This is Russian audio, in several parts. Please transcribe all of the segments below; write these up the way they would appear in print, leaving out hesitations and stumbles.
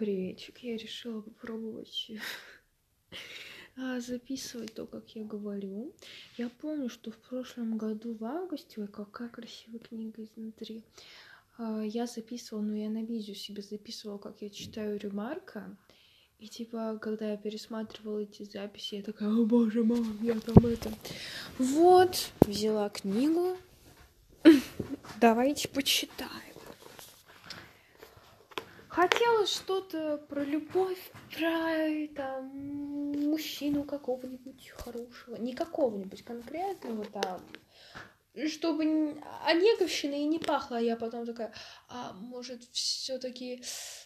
приветик. Я решила попробовать записывать то, как я говорю. Я помню, что в прошлом году в августе, ой, какая красивая книга изнутри, я записывала, я на видео себе записывала, как я читаю Ремарка. И типа, когда я пересматривала эти записи, я такая: о боже мой, я там это... Вот, взяла книгу. Давайте почитаем. Хотела что-то про любовь, про там мужчину какого-нибудь хорошего. Не какого-нибудь конкретного там. Чтобы о неговщине и не пахло. А я потом такая: а может все-таки...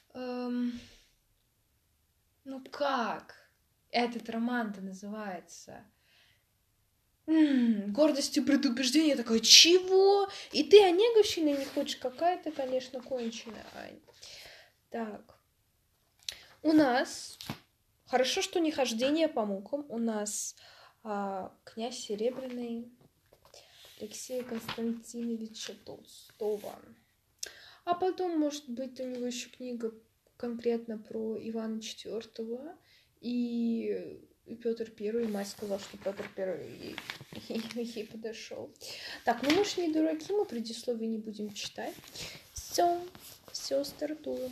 ну как? Этот роман-то называется... гордость и предубеждение. Я такая: чего? И ты о неговщине не хочешь? Какая-то, конечно, конченая, Ань. Так. У нас... Хорошо, что не хождение по мукам. У нас князь Серебряный Алексея Константиновича Толстого. А потом, может быть, у него еще книга конкретно про Ивана IV и Петр I. И мать сказала, что Петр I ей подошел. Так, ну мы ж не дураки, мы предисловие не будем читать. Все, стартуем.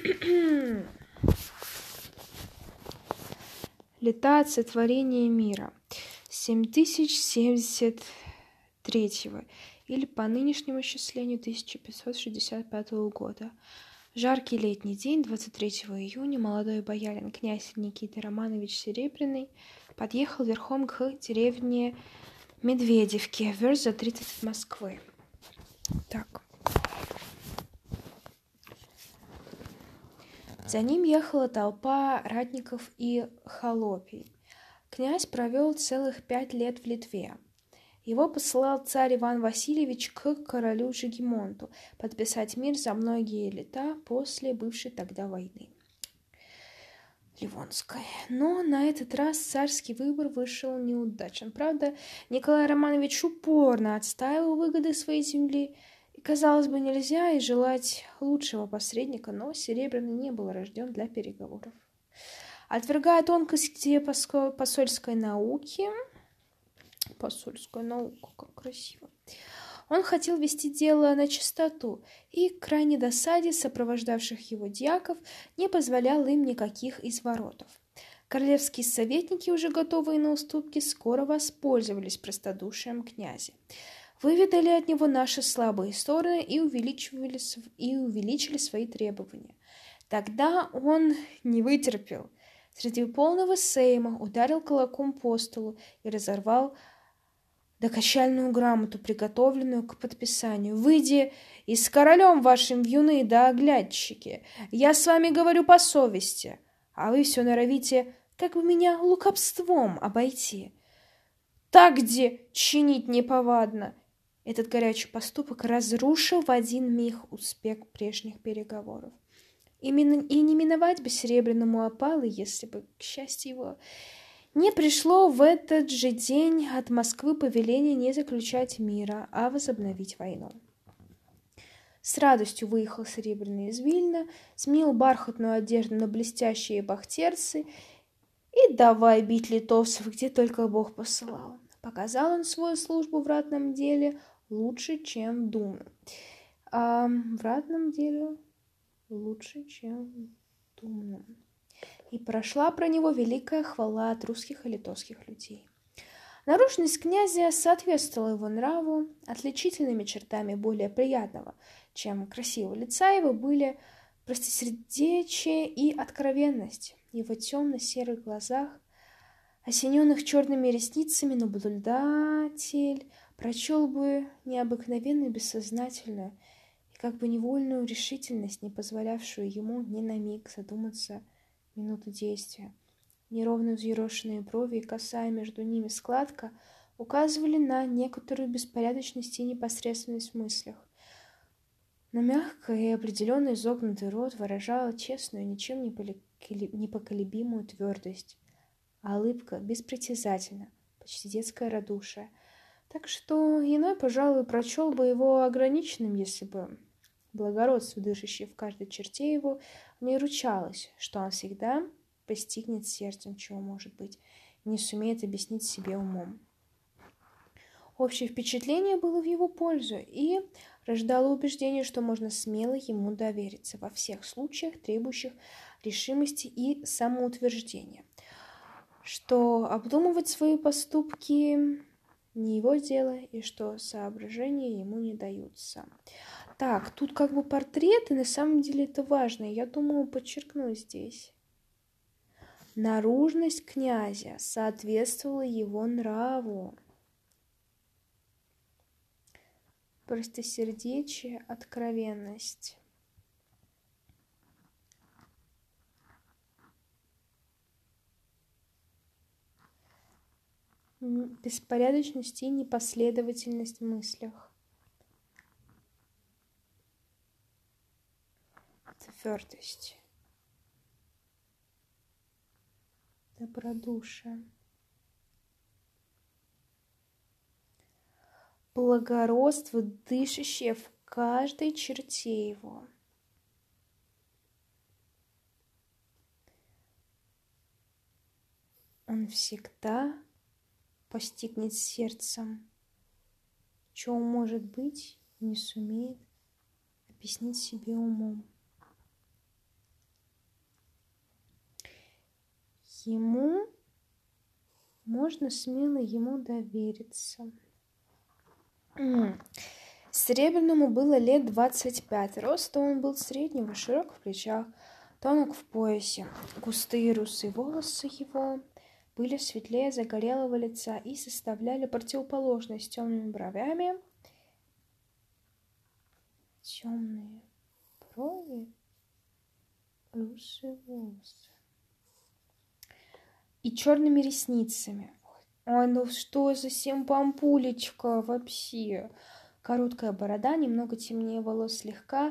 Лета от сотворения мира 7073 или по нынешнему исчислению 1565 года. Жаркий летний день, 23 июня, молодой боярин князь Никита Романович Серебряный подъехал верхом к деревне Медведевке, верст за 30 от Москвы. Так. За ним ехала толпа ратников и холопий. Князь провел целых 5 лет в Литве. Его посылал царь Иван Васильевич к королю Жигемонту подписать мир за многие лета после бывшей тогда войны Ливонской. Но на этот раз царский выбор вышел неудачен. Правда, Николай Романович упорно отстаивал выгоды своей земли. И, казалось бы, нельзя и желать лучшего посредника, но Серебряный не был рожден для переговоров. Отвергая тонкости посольской науки, как красиво, он хотел вести дело на чистоту, и к крайней досаде сопровождавших его дьяков не позволял им никаких изворотов. Королевские советники, уже готовые на уступки, скоро воспользовались простодушием князя. Выведали от него наши слабые стороны и увеличили свои требования. Тогда он не вытерпел. Среди полного сейма ударил кулаком по столу и разорвал докачальную грамоту, приготовленную к подписанию. «Выйди и с королем вашим вьюны да оглядчики. Я с вами говорю по совести, а вы все норовите как бы меня лукавством обойти. Так где чинить неповадно». Этот горячий поступок разрушил в один миг успех прежних переговоров. И не миновать бы Серебряному опалы, если бы, к счастью его, не пришло в этот же день от Москвы повеление не заключать мира, а возобновить войну. С радостью выехал Серебряный из Вильна, сменил бархатную одежду на блестящие бахтерцы и давай бить литовцев, где только Бог посылал. Показал он свою службу в ратном деле лучше, чем в Думе. В ратном деле лучше, чем в Думе. И прошла про него великая хвала от русских и литовских людей. Наружность князя соответствовала его нраву. Отличительными чертами более приятного, чем красивого лица его, были простосердечие и откровенность. В его темно-серых глазах, осененных черными ресницами, наблюдатель прочел бы необыкновенную бессознательную и как бы невольную решительность, не позволявшую ему ни на миг задуматься минуту действия. Неровно взъерошенные брови и косая между ними складка указывали на некоторую беспорядочность и непосредственность в мыслях. Но мягкая и определенно изогнутый рот выражала честную, ничем непоколебимую твердость, а улыбка беспритязательна, почти детское радушие. Так что иной, пожалуй, прочел бы его ограниченным, если бы благородство, дышащее в каждой черте его, не ручалось, что он всегда постигнет сердцем, чего может быть, и не сумеет объяснить себе умом. Общее впечатление было в его пользу и рождало убеждение, что можно смело ему довериться во всех случаях, требующих решимости и самоутверждения, что обдумывать свои поступки не его дело и что соображения ему не даются. Так, тут как бы портреты, на самом деле это важно, я думаю подчеркну здесь. Наружность князя соответствовала его нраву. Простосердечие, откровенность. Беспорядочность и непоследовательность в мыслях. Твердость. Добродушие. Благородство, дышащее в каждой черте его. Он всегда постигнет сердцем, чего может быть, не сумеет объяснить себе умом. Ему можно смело ему довериться. Серебряному было лет 25. Роста он был среднего, широк в плечах, тонок в поясе. Густые русые волосы его были светлее загорелого лица и составляли противоположность темными бровями. Темные брови, русые волосы. И черными ресницами. Ой, ну что за симпампулечка вообще? Короткая борода, немного темнее волос, слегка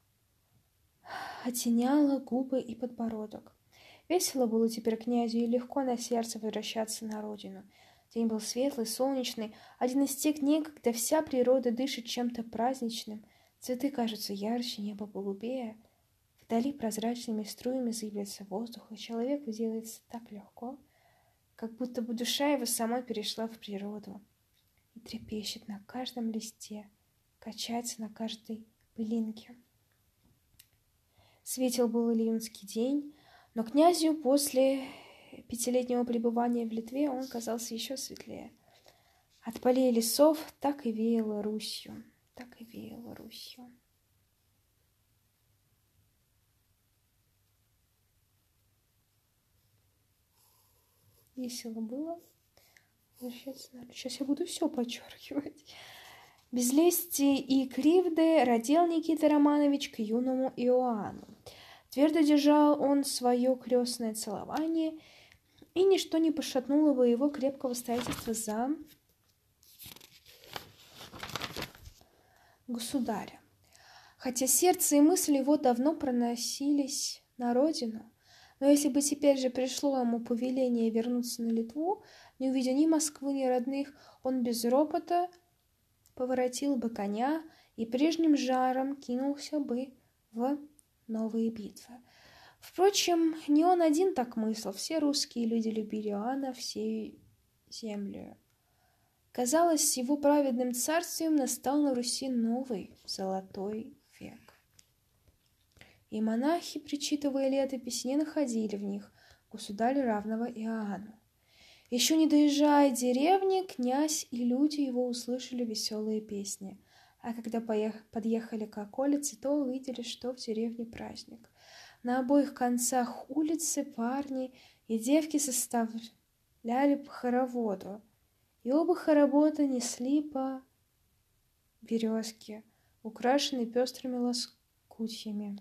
оттеняла губы и подбородок. Весело было теперь князю и легко на сердце возвращаться на родину. День был светлый, солнечный, один из тех дней, когда вся природа дышит чем-то праздничным. Цветы кажутся ярче, небо голубее. Вдали прозрачными струями заявляется воздух, и человеку делается так легко, как будто бы душа его самой перешла в природу и трепещет на каждом листе, качается на каждой пылинке. Светил был июньский день, но князю после 5-летнего пребывания в Литве он казался еще светлее. От полей и лесов так и веяло Русью, так и веяло Русью. Весело было. Сейчас я буду все подчеркивать. Без лести и кривды родил Никита Романович к юному Иоанну. Твердо держал он свое крестное целование, и ничто не пошатнуло бы его крепкого стоятельства за государя. Хотя сердце и мысли его давно проносились на родину, но если бы теперь же пришло ему повеление вернуться на Литву, не увидя ни Москвы, ни родных, он без ропота поворотил бы коня и прежним жаром кинулся бы в новые битвы. Впрочем, не он один так мыслил, все русские люди любили Иоанна всей землею. Казалось, с его праведным царствием настал на Руси новый золотой век. И монахи, причитывая летопись, не находили в них государя равного Иоанну. Еще не доезжая деревни, князь и люди его услышали веселые песни, а когда подъехали к околице, то увидели, что в деревне праздник. На обоих концах улицы парни и девки составляли по хороводу, и оба хоровода несли по березке, украшенной пестрыми лоскутьями.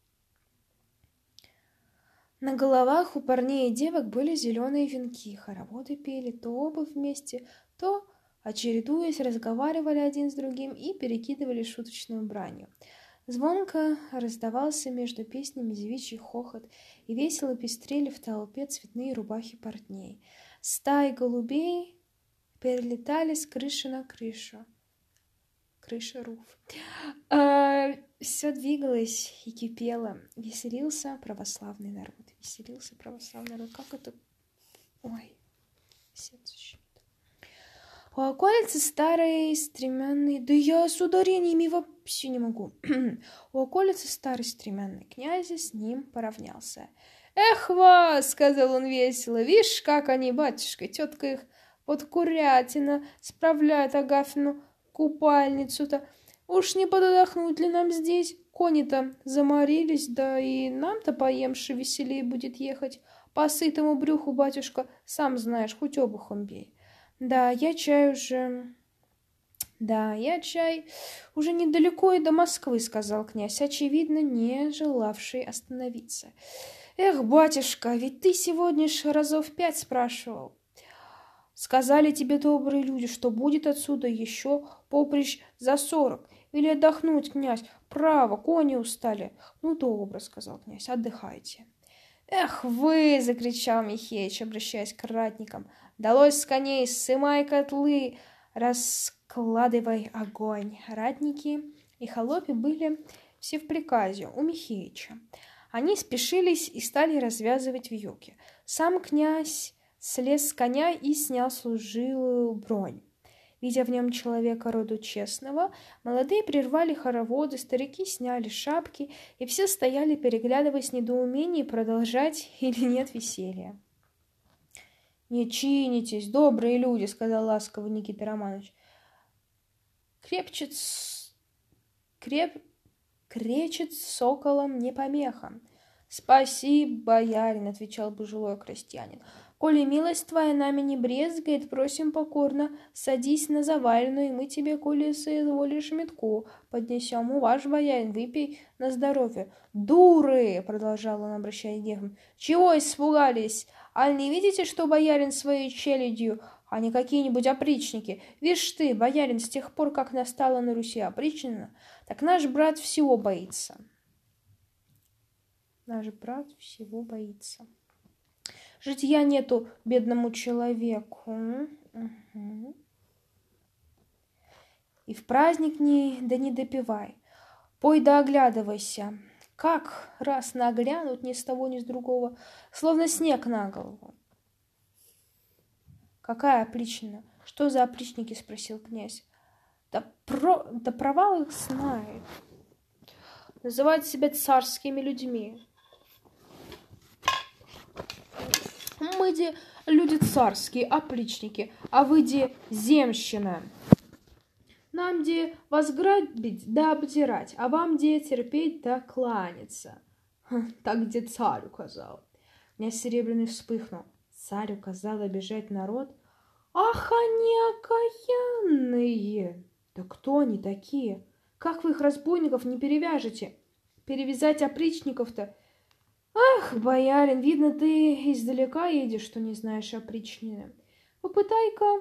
На головах у парней и девок были зеленые венки. Хороводы пели то оба вместе, то, очередуясь, разговаривали один с другим и перекидывали шуточную бранью. Звонко раздавался между песнями девичий хохот, и весело пестрели в толпе цветные рубахи портней. Стаи голубей перелетали с крыши на крышу. крыша, руф. Все двигалось и кипело. Веселился православный народ. Веселился православный народ. Как это... Ой, сердце щемит. У околицы старой стремянной... Да я с ударениями вообще не могу. У околицы старой стремянной князя с ним поравнялся. «Эх вас!» — сказал он весело. «Вишь, как они, батюшка, тетка их под курятина справляет Агафину купальницу-то. Уж не подотдохнуть ли нам здесь? Кони-то заморились, да и нам-то поемши веселее будет ехать. По сытому брюху, батюшка, сам знаешь, хоть обухом бей». Да, я чай уже недалеко и до Москвы, сказал князь, очевидно, не желавший остановиться. Эх, батюшка, ведь ты сегодня ж разов 5 спрашивал. Сказали тебе добрые люди, что будет отсюда еще поприщ за 40. Или отдохнуть, князь? Право, кони устали. Ну, добро, сказал князь, отдыхайте. Эх вы, закричал Михеич, обращаясь к ратникам. Долой с коней, ссымай котлы, раскладывай огонь. Ратники и холопи были все в приказе у Михеича. Они спешились и стали развязывать вьюки. Сам князь слез с коня и снял служилую бронь. Видя в нем человека роду честного, молодые прервали хороводы, старики сняли шапки, и все стояли, переглядываясь в недоумении, продолжать или нет веселье. «Не чинитесь, добрые люди», — сказал ласково Никита Романович. Кречет с соколом не помеха. «Спасибо, боярин», — отвечал пожилой крестьянин. «Коли милость твоя нами не брезгает, просим покорно, садись на заваленную, и мы тебе, коли соизволишь, метку поднесем. Ваш боярин, выпей на здоровье». «Дуры!» — продолжал он, обращаясь к девам. «Чего испугались? Аль не видите, что боярин своей челядью, а не какие-нибудь опричники? Вишь ты, боярин, с тех пор, как настала на Руси опричнина, так наш брат всего боится». Наш брат всего боится. Житья нету бедному человеку. Угу. И в праздник не допивай. Пой да оглядывайся. Как раз наглянут ни с того, ни с другого, словно снег на голову. Какая опричнина? Что за опричники? Спросил князь. Да провал их знает. Называют себя царскими людьми. Мы де люди царские, опричники, а вы де земщина. Нам де вас грабить да обдирать, а вам де терпеть да кланяться. Так где царь указал. Князь Серебряный вспыхнул. Царь указал обижать народ. Ах, они окаянные! Да кто они такие? Как вы их, разбойников, не перевяжете? Перевязать опричников-то? Ах, боярин, видно, ты издалека едешь, что не знаешь опричнины. Попытай-ка,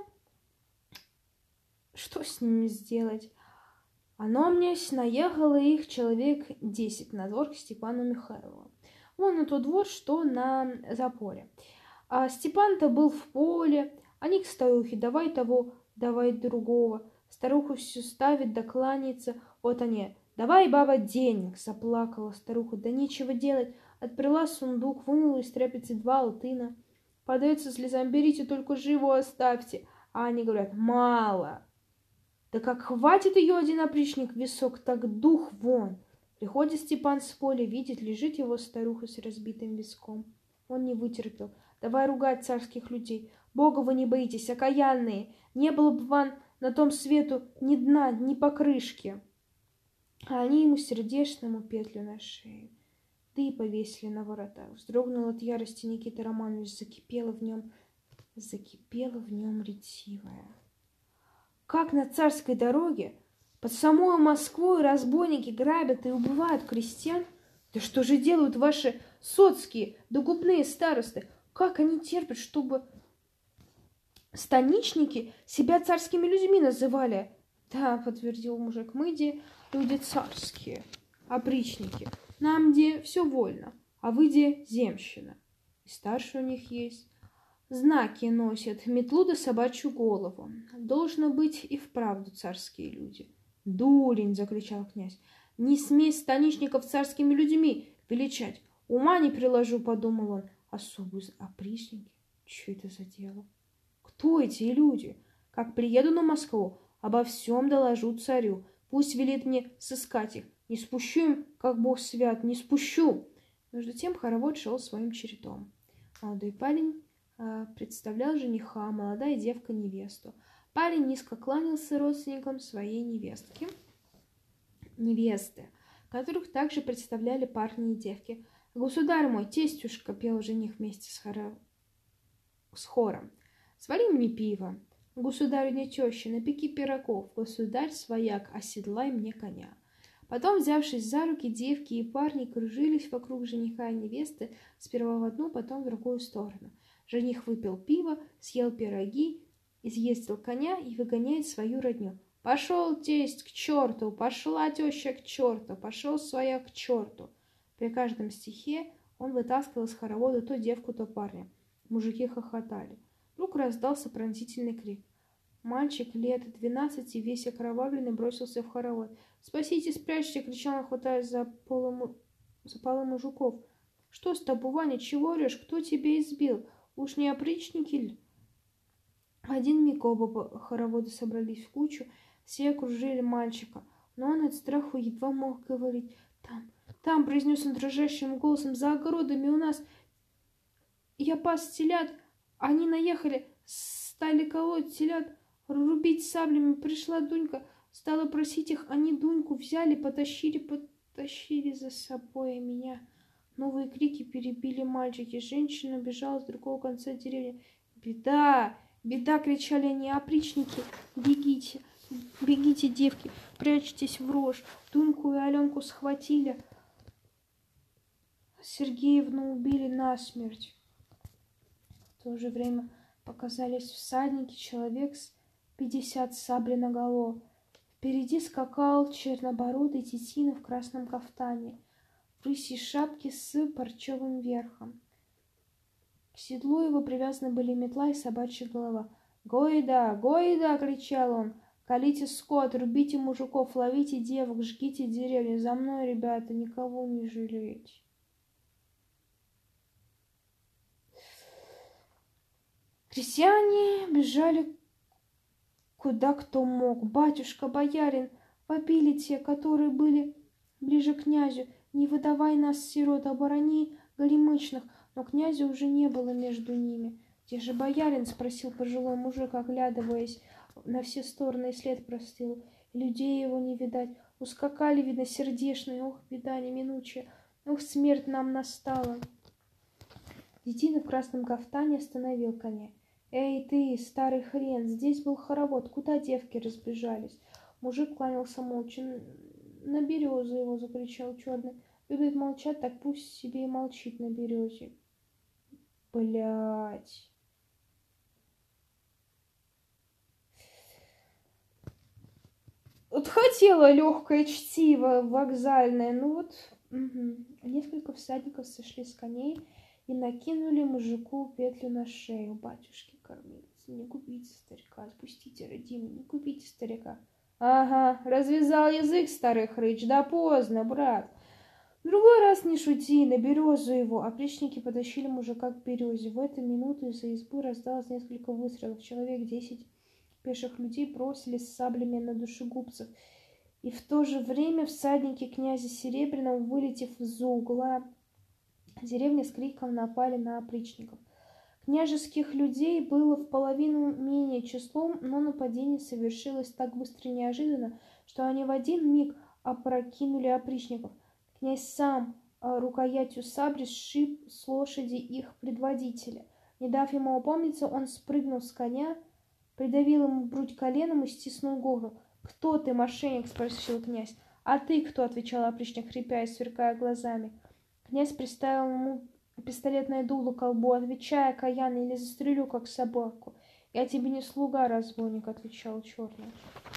что с ними сделать? Оно мне наехало их человек 10 на двор к Степану Михайлову. Вон на тот двор, что на запоре. А Степан-то был в поле, они к старухе, давай того, давай другого. Старуху все ставит да кланяется, вот они. Давай, баба, денег, заплакала старуха, да нечего делать. Отперла сундук, вынула из тряпицы 2 алтына. Подается слезам, берите, только живо оставьте. А они говорят, мало. Да как хватит ее один опричник в висок, так дух вон. Приходит Степан с поля, видит, лежит его старуха с разбитым виском. Он не вытерпел. Давай ругать царских людей. Бога вы не боитесь, окаянные. Не было бы вам на том свету ни дна, ни покрышки. А они ему сердечному петлю на шею. Да и повесили на воротах. Вздрогнул от ярости Никита Романович, закипела в нем ретивая. Как на царской дороге под самой Москвой разбойники грабят и убивают крестьян? Да что же делают ваши соцкие, докупные старосты? Как они терпят, чтобы станичники себя царскими людьми называли? Да, подтвердил мужик, мы де люди царские, опричники. Нам де все вольно, а вы де земщина. И старший у них есть. Знаки носят, метлу да собачью голову. Должно быть и вправду царские люди. «Дурень!» — закричал князь. «Не смей станичников царскими людьми величать! Ума не приложу!» — подумал он. «Особые опричники? Что это за дело? Кто эти люди? Как приеду на Москву, обо всем доложу царю. Пусть велит мне сыскать их. Не спущу им, как бог свят, не спущу!» Между тем хоровод шел своим чередом. Молодой парень представлял жениха, молодая девка невесту. Парень низко кланялся родственникам своей невесты, которых также представляли парни и девки. «Государь мой, тестюшка!» — пел жених вместе с хором. «Свари мне пиво, государыня теща, напеки пирогов, государь свояк, оседлай мне коня». Потом, взявшись за руки, девки и парни кружились вокруг жениха и невесты, сперва в одну, потом в другую сторону. Жених выпил пиво, съел пироги, изъездил коня и выгоняет свою родню. «Пошел тесть к черту! Пошла теща к черту! Пошел свояк к черту!» При каждом стихе он вытаскивал из хоровода то девку, то парня. Мужики хохотали. Вдруг раздался пронзительный крик. Мальчик лет 12, весь окровавленный, бросился в хоровод. «Спасите, спрячьте!» — кричал он, хватаясь за полы мужиков. «Что с тобой, Ваня? Чего орешь? Кто тебя избил? Уж не опричники ли?» В один миг оба хоровода собрались в кучу, все окружили мальчика, но он от страху едва мог говорить. «Там», — произнес он дрожащим голосом, — «за огородами у нас. Я пас телят, они наехали, стали колоть телят, рубить саблями. Пришла Дунька, стала просить их, они Дуньку взяли, потащили за собой, меня». Новые крики перебили мальчики. Женщина бежала с другого конца деревни. «Беда! Беда!» — кричали они. «Опричники! Бегите! Бегите, девки! Прячьтесь в рожь! Дуньку и Аленку схватили. Сергеевну убили насмерть». В то же время показались всадники, человек с 50 сабли наголо. Впереди скакал чернобородый детина в красном кафтане, в рысьей шапке с парчевым верхом. К седлу его привязаны были метла и собачья голова. «Гойда! Гойда!» — кричал он. «Колите скот, рубите мужиков, ловите девок, жгите деревню. За мной, ребята, никого не жалейте». Крестьяне бежали куда кто мог. «Батюшка, боярин!» — вопили те, которые были ближе к князю. «Не выдавай нас, сирот, оборони горемычных!» Но князя уже не было между ними. «Где же боярин?» — спросил пожилой мужик, оглядываясь на все стороны, и след простыл. Людей его не видать. Ускакали, видно, сердешные. Ох, беда неминучая! Ох, смерть нам настала! Детина в красном кафтане остановил коня. «Эй ты, старый хрен, здесь был хоровод, куда девки разбежались?» Мужик кланялся молча. «На березу его!» — закричал черный. «Любит молчать, так пусть себе и молчит на березе». Блять. Вот хотела легкое чтиво вокзальное, ну вот. Угу. Несколько всадников сошли с коней и накинули мужику петлю на шею. «Батюшки, кормилицы, не губите старика, отпустите, родимый, не губите старика». «Ага, развязал язык, старый хрыч, да поздно, брат. В другой раз не шути, на березу его». Опричники потащили мужика к березе. В эту минуту из-за избы раздалось несколько выстрелов. Человек 10 пеших людей бросились с саблями на душегубцев. И в то же время всадники князя Серебряного, вылетев из-за угла деревни, с криком напали на опричников. Княжеских людей было в половину менее числом, но нападение совершилось так быстро и неожиданно, что они в один миг опрокинули опричников. Князь сам рукоятью сабли сшиб с лошади их предводителя. Не дав ему опомниться, он спрыгнул с коня, придавил ему грудь коленом и стиснул горло. «Кто ты, мошенник?» — спросил князь. «А ты кто?» — отвечал опричник, хрипя и сверкая глазами. Князь приставил ему пистолетное дуло к колбу. «Отвечай, окаянный, или застрелю, как собаку». «Я тебе не слуга, разбойник», — отвечал черный,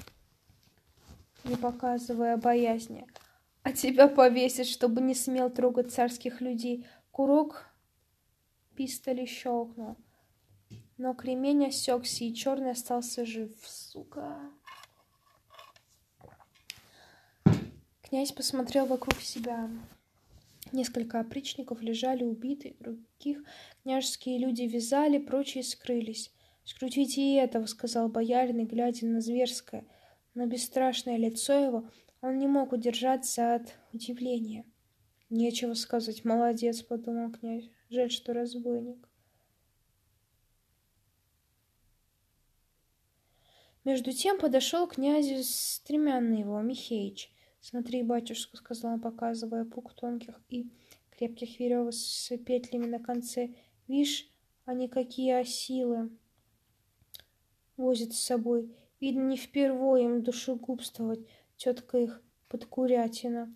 не показывая боязни. «А тебя повесят, чтобы не смел трогать царских людей». Курок пистоля щелкнул, но кремень осекся, и черный остался жив. Сука! Князь посмотрел вокруг себя. Несколько опричников лежали убитые, других княжеские люди вязали, прочие скрылись. «Скрутите и этого», — сказал боярин, и, глядя на зверское, но бесстрашное лицо его, он не мог удержаться от удивления. «Нечего сказать, молодец», — подумал князь. «Жаль, что разбойник». Между тем подошел к князю стремянный его Михеич. «Смотри, батюшка», — сказал он, показывая пук тонких и крепких веревок с петлями на конце. «Вишь, они какие осилы возят с собой. Видно, не впервые им душегубствовать, тетка их подкурятина».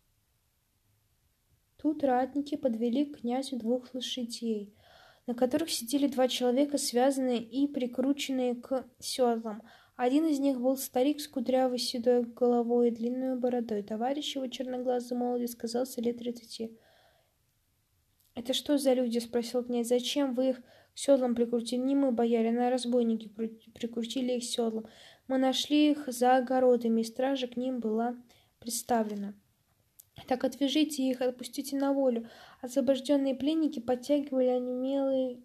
Тут ратники подвели к князю 2 лошадей, на которых сидели 2 человека, связанные и прикрученные к седлам. Один из них был старик с кудрявой седой головой и длинной бородой. Товарищ его, черноглазый молодец, казался лет 30. «Это что за люди?» — спросил князь. «Зачем вы их к седлам прикрутили? Не мы, боярин, а разбойники прикрутили их к седлам. Мы нашли их за огородами, и стража к ним была приставлена». «Так отвяжите их, отпустите на волю». Освобожденные пленники подтягивали онемелые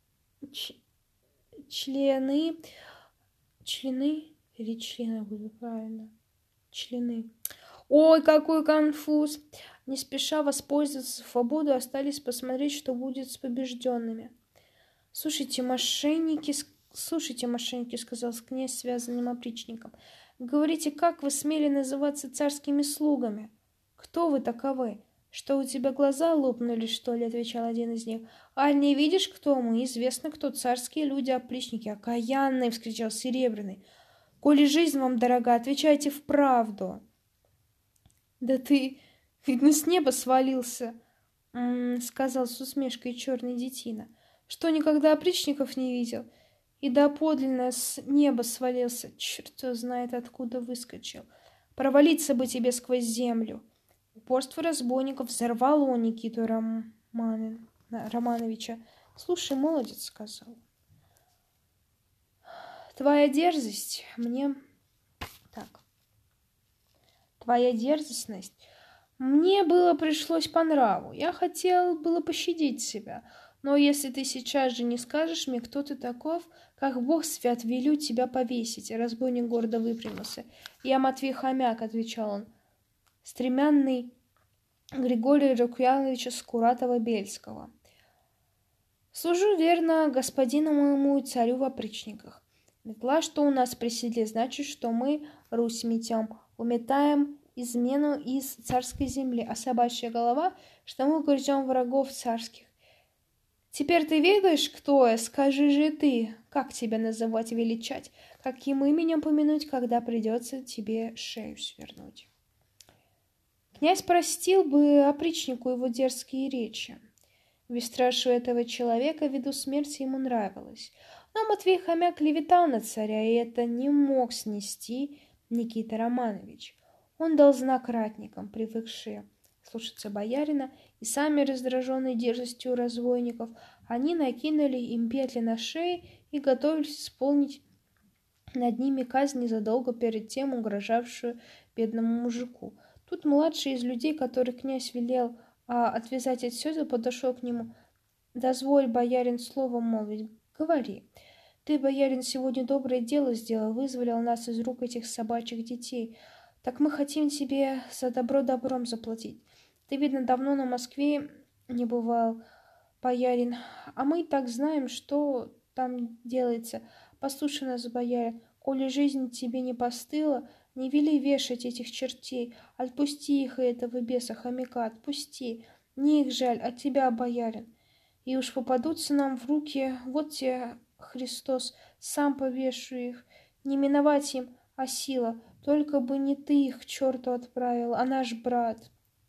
члены или члены будет правильно? Члены. Ой, какой конфуз! Не спеша воспользоваться свободой, остались посмотреть, что будет с побежденными. Слушайте, мошенники, сказал князь связанным опричником. Говорите, как вы смели называться царскими слугами? Кто вы таковы? Что, у тебя глаза лопнули, что ли? Отвечал один из них. Аль, не видишь, кто мы? Известно, кто царские люди, опричники. Окаянные, вскричал Серебряный. Коли жизнь вам дорога, отвечайте вправду. Да ты, видно, с неба свалился, сказал с усмешкой черный детина. Что, никогда опричников не видел? И доподлинно с неба свалился, черт знает откуда выскочил. Провалиться бы тебе сквозь землю. Упорство разбойников взорвало Никиту Романовича. «Слушай, молодец», — сказал. «Твоя дерзость мне... Твоя дерзостность мне пришлось по нраву. Я хотел было пощадить себя. Но если ты сейчас же не скажешь мне, кто ты таков, как Бог свят, велю тебя повесить». Разбойник гордо выпрямился. «Я Матвей Хомяк», — отвечал он, стремянный Григория Рукьяновича Скуратова-Бельского. «Служу верно господину моему и царю в опричниках. Метла, что у нас при седле, значит, что мы Русь метем, уметаем измену из царской земли, а собачья голова, что мы грызем врагов царских. Теперь ты ведаешь, кто я? Скажи же ты, как тебя называть, величать, каким именем помянуть, когда придется тебе шею свернуть». Князь простил бы опричнику его дерзкие речи. Бесстрашие этого человека ввиду смерти ему нравилось. Но Матвей Хомяк клеветал на царя, и это не мог снести Никита Романович. Он дал знак ратникам, привыкшие слушаться боярина, и сами раздраженные дерзостью разбойников, они накинули им петли на шеи и готовились исполнить над ними казнь незадолго перед тем угрожавшую бедному мужику. Тут младший из людей, который князь велел отвязать от седел, подошел к нему. «Дозволь, боярин, слово молвить. Говори. Ты, боярин, сегодня доброе дело сделал, вызволил нас из рук этих собачьих детей. Так мы хотим тебе за добро добром заплатить. Ты, видно, давно на Москве не бывал, боярин, а мы так знаем, что там делается. Послушай нас, боярин, коли жизнь тебе не постыла, не вели вешать этих чертей. Отпусти их, и этого беса хомяка, отпусти. Не их жаль, а тебя, боярин. И уж попадутся нам в руки, вот тебе, Христос, сам повешу их. Не миновать им, а сила. Только бы не ты их к черту отправил, а наш брат».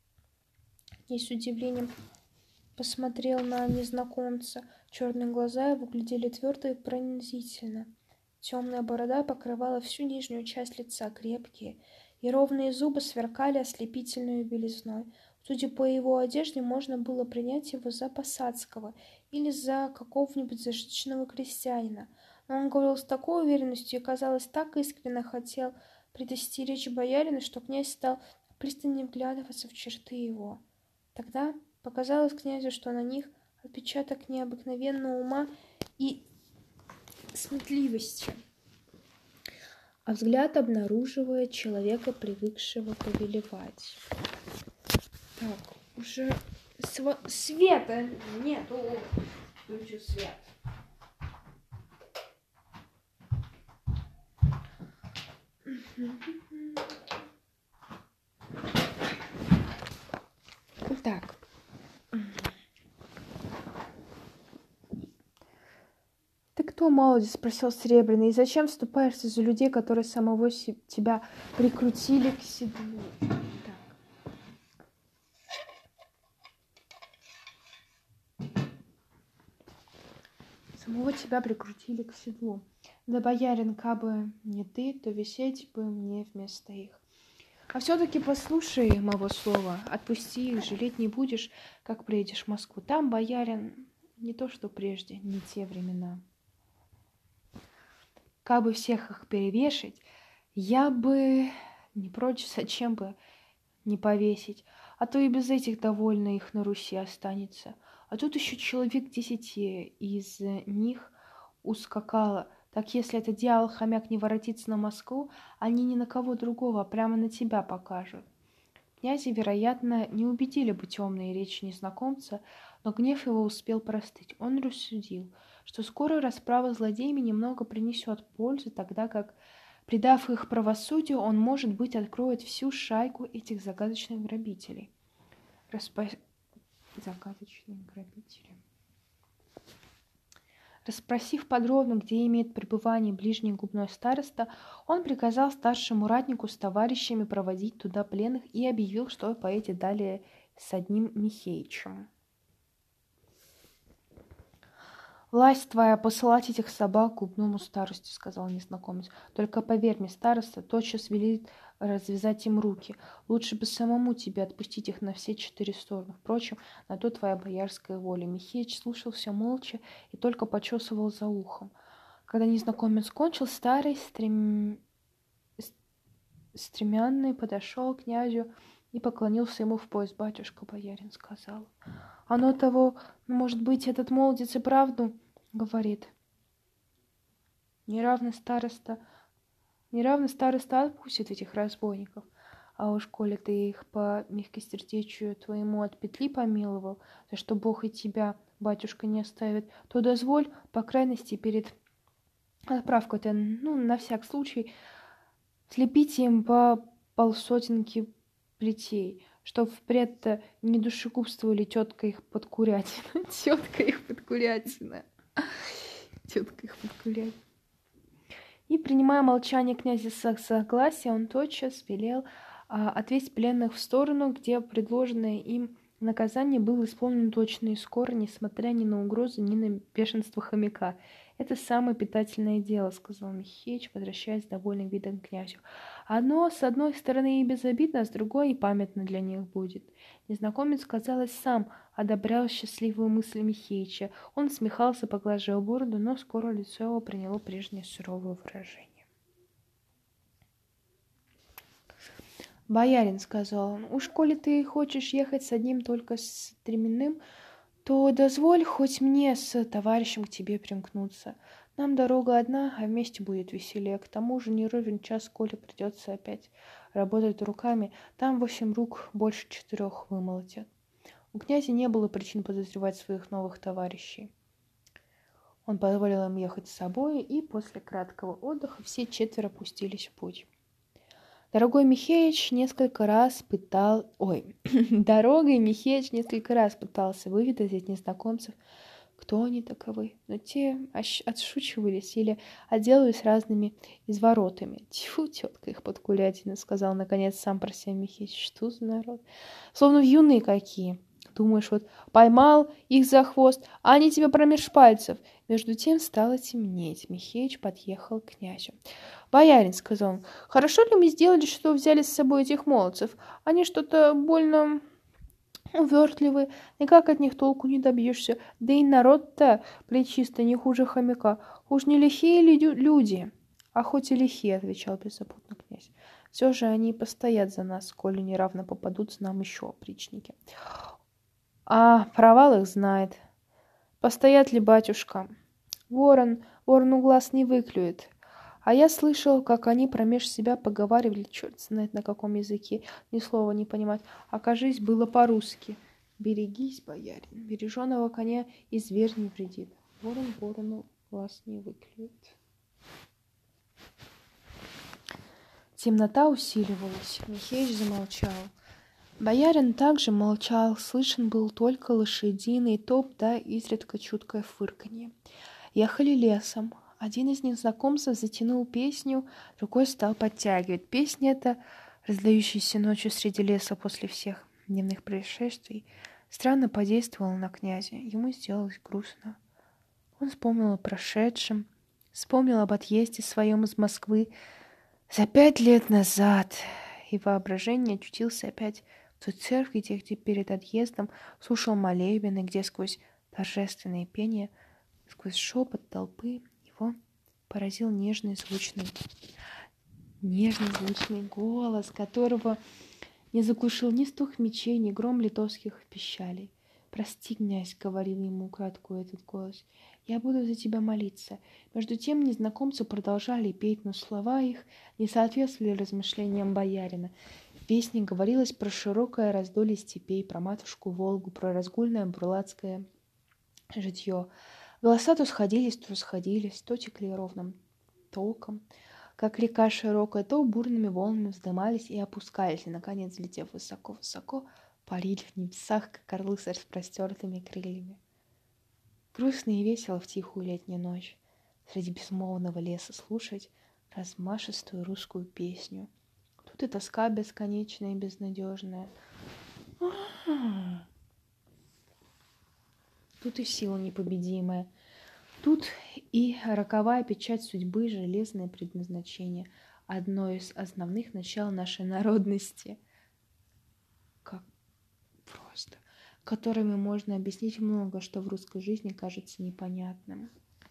И с удивлением посмотрел на незнакомца. Черные глаза его глядели твердо и пронзительно. Темная борода покрывала всю нижнюю часть лица, крепкие, и ровные зубы сверкали ослепительной белизной. Судя по его одежде, можно было принять его за посадского или за какого-нибудь зажиточного крестьянина. Но он говорил с такой уверенностью и, казалось, так искренне хотел предостеречь боярина, что князь стал пристально вглядываться в черты его. Тогда показалось князю, что на них отпечаток необыкновенного ума и сметливости, а взгляд обнаруживает человека, привыкшего повелевать. Так, уже света нету. Включу свет. Так. «Ты кто, молодец?» — спросил Серебряный. «И зачем вступаешься за людей, которые самого тебя прикрутили к седлу?» Самого тебя прикрутили к седлу. Да, боярин, кабы не ты, то висеть бы мне вместо их. А все-таки послушай моего слова, отпусти их, жалеть не будешь, как приедешь в Москву. Там, боярин, не то, что прежде, не те времена. Кабы всех их перевешать, я бы не прочь, зачем бы не повесить, а то и без этих довольно их на Руси останется. А тут еще человек 10 из них ускакало. Так если этот дьявол-хомяк не воротится на Москву, они ни на кого другого, а прямо на тебя покажут. Князя, вероятно, не убедили бы темные речи незнакомца, но гнев его успел простыть. Он рассудил, что скоро расправа с злодеями немного принесет пользу, тогда как, предав их правосудию, он, может быть, откроет всю шайку этих загадочных грабителей. Загадочные грабители. Расспросив подробно, где имеет пребывание ближний губной староста, он приказал старшему ратнику с товарищами проводить туда пленных и объявил, что поедет далее с одним Михеичем. «Власть твоя посылать этих собак губному старости», — сказал незнакомец. «Только поверь мне, староста тотчас велит развязать им руки. Лучше бы самому тебе отпустить их на все 4 стороны. Впрочем, на то твоя боярская воля». Михеич слушал все молча и только почесывал за ухом. Когда незнакомец кончил, старый стремянный подошел к князю и поклонился ему в пояс. «Батюшка, боярин, — сказал, — оно того, может быть, этот молодец и правду говорит. Неравный староста отпустит этих разбойников. А уж коли ты их по мягкосердечию твоему от петли помиловал, за что Бог и тебя, батюшка, не оставит, то дозволь, по крайности, перед отправкой-то, на всяк случай, слепить им по полсотенки плетей, чтоб впредь-то не душегубствовали тетка их подкурятина. Тетка их подкурятина. И, принимая молчание князя с согласия, он тотчас велел отвести пленных в сторону, где предложенное им наказание было исполнено точно и скоро, несмотря ни на угрозы, ни на бешенство хомяка. «Это самое питательное дело, — сказал Михеич, возвращаясь довольным видом к князю. Оно, с одной стороны, и безобидно, а с другой и памятно для них будет». Незнакомец, казалось, сам одобрял счастливую мысль Михеича. Он смехался, поглаживая бороду, но скоро лицо его приняло прежнее суровое выражение. «Боярин, — сказал он, — уж коли ты хочешь ехать с одним только стременным, то дозволь хоть мне с товарищем к тебе примкнуться. Нам дорога одна, а вместе будет веселее. К тому же не ровен час, коли придется опять работать руками. Там 8 рук больше 4 вымолотят». У князя не было причин подозревать своих новых товарищей. Он позволил им ехать с собой, и после краткого отдыха все 4 пустились в путь. Дорогой Михеич несколько раз пытался выведать из незнакомцев, кто они таковы, но те отшучивались или отделались разными изворотами. «Тьфу, тетка их подкурятина, — сказал наконец сам про себя Михеич, — что за народ? Словно юные какие. Думаешь, вот поймал их за хвост, а они тебя промеж пальцев». Между тем стало темнеть. Михеич подъехал к князю. «Боярин, — сказал он, — хорошо ли мы сделали, что взяли с собой этих молодцев? Они что-то больно увертливы, никак от них толку не добьешься. Да и народ-то плечисто не хуже хомяка. Уж не лихие люди?» «А хоть и лихие, — отвечал беззаботно князь. Все же они постоят за нас, коли неравно попадутся нам еще опричники. А провал их знает. Постоят ли, батюшка? Ворону глаз не выклюет. А я слышал, как они промеж себя поговаривали, черт знает на каком языке, ни слова не понимать. А кажись, было по-русски. Берегись, боярин, береженого коня и зверь не вредит. Ворон ворону глаз не выклюет. Темнота усиливалась. Михеич замолчал. Боярин также молчал, слышен был только лошадиный топ, да изредка чуткое фырканье. Ехали лесом. Один из незнакомцев затянул песню, другой стал подтягивать. Песня эта, раздающаяся ночью среди леса после всех дневных происшествий, странно подействовала на князя. Ему сделалось грустно. Он вспомнил о прошедшем, вспомнил об отъезде своем из Москвы за 5 лет назад, и воображение очутился опять в той церкви, где перед отъездом слушал молебен, и где сквозь торжественное пение, сквозь шепот толпы его поразил нежный звучный голос, которого не заглушил ни стук мечей, ни гром литовских пищалей. «Прости, князь», — говорил ему краткую этот голос, — «я буду за тебя молиться». Между тем незнакомцы продолжали петь, но слова их не соответствовали размышлениям боярина. В песне говорилось про широкое раздолье степей, про матушку Волгу, про разгульное бурлацкое житье. Голоса то сходились, то расходились, то текли ровным током, как река широкая, то бурными волнами вздымались и опускались, и, наконец, взлетев высоко-высоко, парили в небесах, как орлы с распростертыми крыльями. Грустно и весело в тихую летнюю ночь среди безмолвного леса слушать размашистую русскую песню. Тут и тоска бесконечная и безнадежная. Тут и сила непобедимая. Тут и роковая печать судьбы, железное предназначение, одно из основных начал нашей народности. Как просто, которыми можно объяснить много, что в русской жизни кажется непонятным.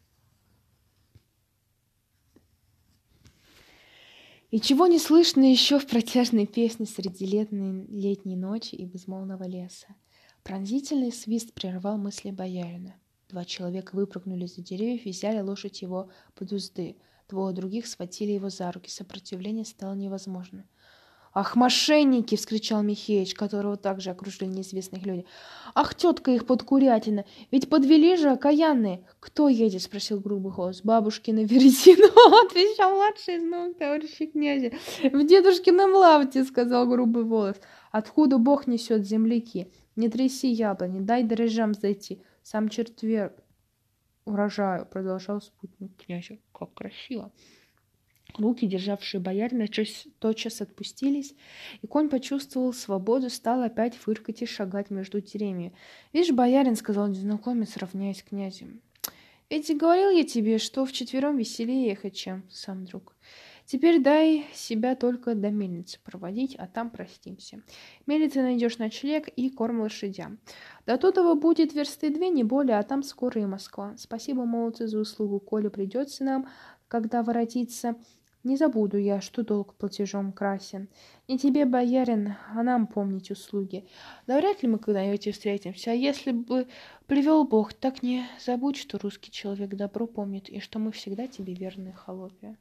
И чего не слышно еще в протяжной песне среди летней ночи и безмолвного леса. Пронзительный свист прервал мысли боярина. 2 человека выпрыгнули из-за деревьев и взяли лошадь его под узды. 2 других схватили его за руки. Сопротивление стало невозможно. «Ах, мошенники!» — вскричал Михеич, которого также окружили неизвестных люди. «Ах, тетка их подкурятина! Ведь подвели же окаянные!» «Кто едет?» — спросил грубый голос. «Бабушкина веретено!» — отвечал младший из новых товарищей князя. «В дедушкином лавте!» — сказал грубый голос. «Откуда Бог несет земляки? Не тряси яблони, дай дрожжам зайти. Сам четверг урожаю!» — продолжал спутник князя. «Как красиво!» Руки, державшие боярина, тотчас отпустились, и конь почувствовал свободу, стал опять фыркать и шагать между деревьями. «Видишь, боярин, — сказал незнакомец, равняясь с князем, — ведь говорил я тебе, что вчетвером веселее ехать, чем сам друг. Теперь дай себя только до мельницы проводить, а там простимся. В мельнице найдешь ночлег и корм лошадям. До тутого будет версты 2, не более, а там скоро и Москва. Спасибо, молодцы, за услугу, коли придется нам, когда воротиться. Не забуду я, что долг платежом красен. Не тебе, боярин, а нам помнить услуги. Да вряд ли мы когда-нибудь встретимся, а если бы привел Бог, так не забудь, что русский человек добро помнит, и что мы всегда тебе верные холопи».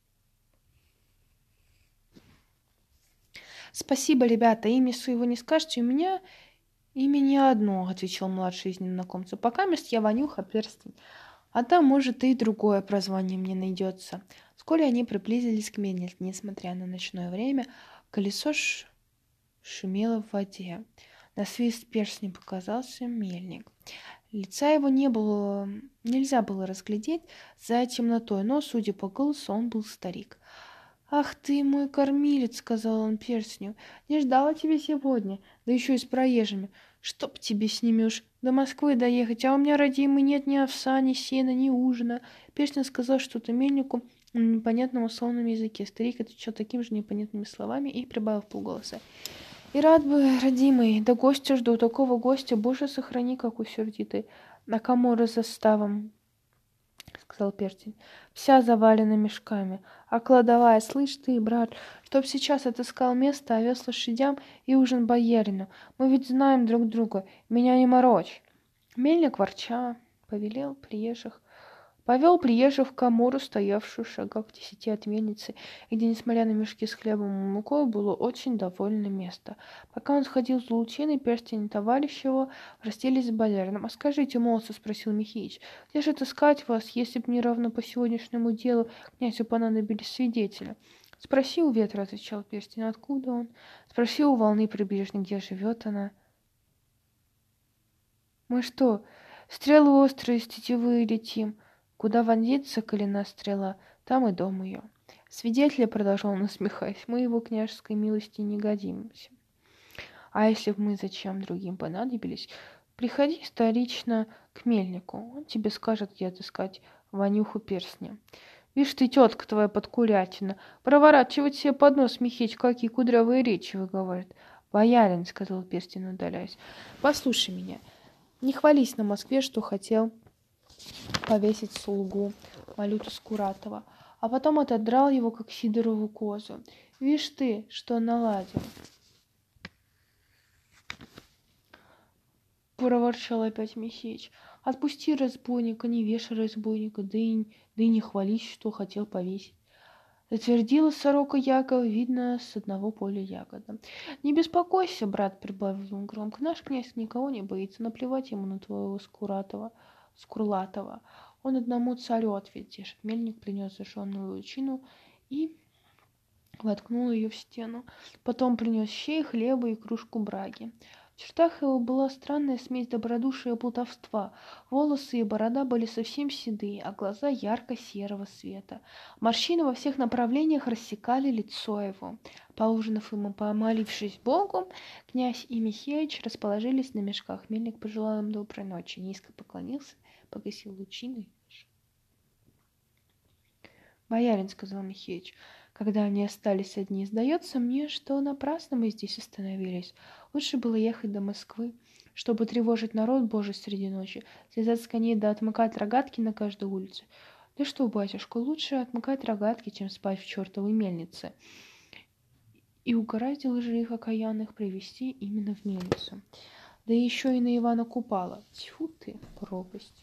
«Спасибо, ребята, имя своего не скажете, у меня имя не одно», — отвечал младший из незнакомцев. «Пока мест я Ванюха Перстень, а там, может, и другое прозвание мне найдется». Вскоре они приблизились к мельнице. Несмотря на ночное время, колесо шумело в воде. На свист перстня показался мельник. Лица его нельзя было разглядеть за темнотой, но, судя по голосу, он был старик. «Ах ты, мой кормилец!» — сказал он перстню. «Не ждала тебя сегодня, да еще и с проезжими. Чтоб тебе с ними уж до Москвы доехать, а у меня, родимый, нет ни овса, ни сена, ни ужина». Перстень сказал что-то мельнику на непонятном условном языке. Старик отвечал такими же непонятными словами и прибавил вполголоса: «И рад бы, родимый, да гостя жду, такого гостя, Боже, сохрани, какой сердитый, на кому разоставом сказал Перстень. «Вся завалена мешками. А кладовая, слышь ты, брат, чтоб сейчас отыскал место, овес лошадям и ужин боярину. Мы ведь знаем друг друга. Меня не морочь». Мельник, ворча, повел приезжих в камору, стоявшую в шагах в 10 от мельницы, где, несмотря на мешки с хлебом и мукой, было очень довольное место. Пока он сходил с лучиной, Перстень и товарищ его расстелись с боярином. «А скажите, молодцы, — спросил Михеич, — где же отыскать вас, если б не равно по сегодняшнему делу князю понадобились свидетели?» «Спроси у ветра, — отвечал Перстень, — откуда он? Спроси у волны прибрежной, где живет она». «Мы что, стрелы острые с тетивы летим? Куда вонзится колена стрела, там и дом ее». Свидетели, — продолжал он, насмехаясь, — мы его княжеской милости не годимся. А если б мы зачем другим понадобились, приходи вторично к мельнику, он тебе скажет, где отыскать Ванюху Перстня. Вишь ты, тетка твоя подкурятина, проворачивать себе под нос, Михеич, какие кудрявые речи выговаривает. «Боярин, — сказал Перстень, удаляясь, — послушай меня, не хвались на Москве, что хотел повесить слугу Малюту Скуратова, а потом отодрал его, как Сидорову козу. Вишь ты, что наладил». Проворчал опять Михеич. «Отпусти разбойника, не вешай разбойника, да и не хвались, что хотел повесить». Затвердила сорока Якова, видно, с одного поля ягода. «Не беспокойся, брат, — прибавил он громко, — наш князь никого не боится, наплевать ему на твоего Скурлатова. Он одному царю ответишь». Мельник принес зажженную лучину и воткнул ее в стену. Потом принес щей, хлеба и кружку браги. В чертах его была странная смесь добродушия и плутовства. Волосы и борода были совсем седые, а глаза ярко-серого цвета. Морщины во всех направлениях рассекали лицо его. Поужинав ему, помолившись Богу, князь и Михеич расположились на мешках. Мельник пожелал им доброй ночи, низко поклонился, погасил лучину. «Боярин, — сказал Михеич, когда они остались одни, — сдается мне, что напрасно мы здесь остановились. Лучше было ехать до Москвы, чтобы тревожить народ Божий среди ночи, слезать с коней да отмыкать рогатки на каждой улице. Да что, батюшка, лучше отмыкать рогатки, чем спать в чертовой мельнице». И угораздило же их окаянных привести именно в мельницу. Да еще и на Ивана Купала. Тьфу ты, пропасть.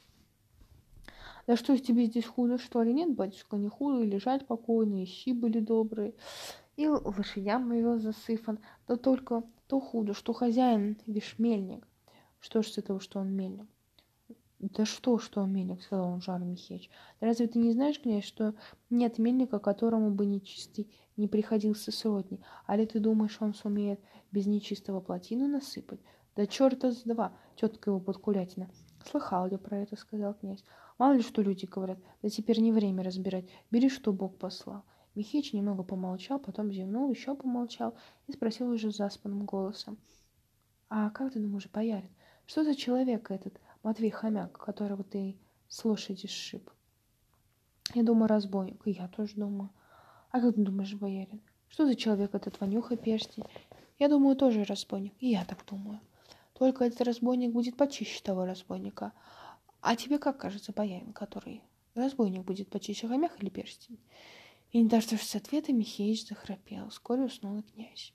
«Да что, тебе здесь худо, что ли?» «Нет, батюшка, не худо, и лежать покойно, и щи были добрые, и лошадям овес засыпан. Да только то худо, что хозяин, вишь, мельник». «Что ж с этого, что он мельник?» «Да что он мельник?» — сказал он жаром Михеич. «Да разве ты не знаешь, князь, что нет мельника, которому бы нечистый не приходился сродни? А ли ты думаешь, он сумеет без нечистого плотину насыпать? Да черта с два, тетка его подкулятина». «Слыхал я про это, — сказал князь. — Мало ли что люди говорят, да теперь не время разбирать. Бери, что Бог послал». Михеич немного помолчал, потом зевнул, еще помолчал и спросил уже заспанным голосом: «А как ты думаешь, боярин, что за человек этот Матвей Хомяк, которого ты с лошади сшиб?» «Я думаю, разбойник». «И я тоже думаю». «А как ты думаешь, боярин, что за человек этот Ванюха Перстень?» «Я думаю, тоже разбойник». «И я так думаю. Только этот разбойник будет почище того разбойника. А тебе как кажется, боярин, который разбойник будет почище, Хомяк или Перстень?» И, не дождавшись ответа, Михеич захрапел. Вскоре уснул и князь.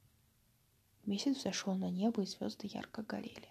Месяц взошел на небо, и звезды ярко горели.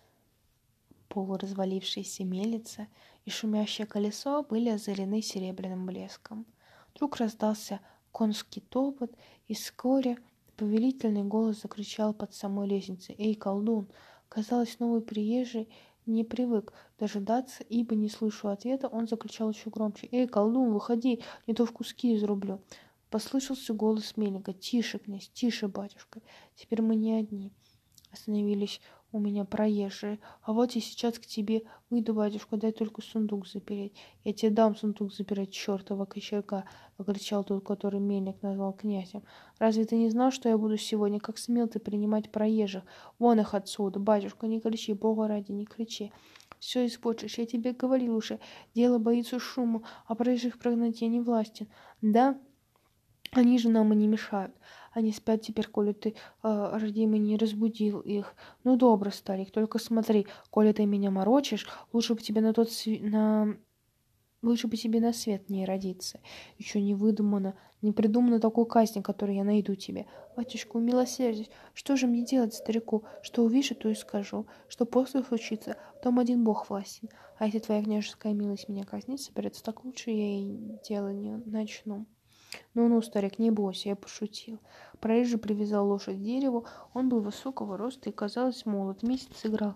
Полуразвалившаяся мельница и шумящее колесо были озарены серебряным блеском. Вдруг раздался конский топот, и вскоре повелительный голос закричал под самой лестницей: «Эй, колдун!» Казалось, новый приезжий не привык дожидаться, ибо, не слышу ответа, он закричал еще громче: «Эй, колдун, выходи, не то в куски изрублю!» Послышался голос мельника: «Тише, князь, тише, батюшка, теперь мы не одни. Остановились у меня проезжие. А вот я сейчас к тебе выйду, батюшка, дай только сундук запереть». «Я тебе дам сундук запирать, чертова кочерга!» — закричал тот, который мельник назвал князем. «Разве ты не знал, что я буду сегодня? Как смел ты принимать проезжих? Вон их отсюда, батюшка, не кричи, Бога ради, не кричи. Все испортишь, я тебе говорил уже, дело боится шуму, а проезжих прогнать я не властен. Да, они же нам и не мешают. Они спят теперь, коли ты, родимый, не разбудил их. Ну, добро, старик, только смотри, коли ты меня морочишь, лучше бы тебе на Лучше бы тебе на свет не родиться. Еще не выдумано, не придумано такой казни, которую я найду тебе. Батюшка, умилосердись. Что же мне делать, старику? Что увижу, то и скажу. Что после случится, в том один Бог властен. А если твоя княжеская милость меня казнить соберется, так лучше я и дело не начну. Ну-ну, старик, не бойся, я пошутил. Проезжий привязал лошадь к дереву. Он был высокого роста и, казалось, молод. Месяц играл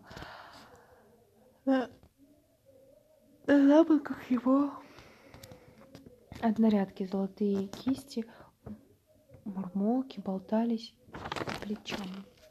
на яблоках его однорядки, золотые кисти, мурмолки болтались по плечам.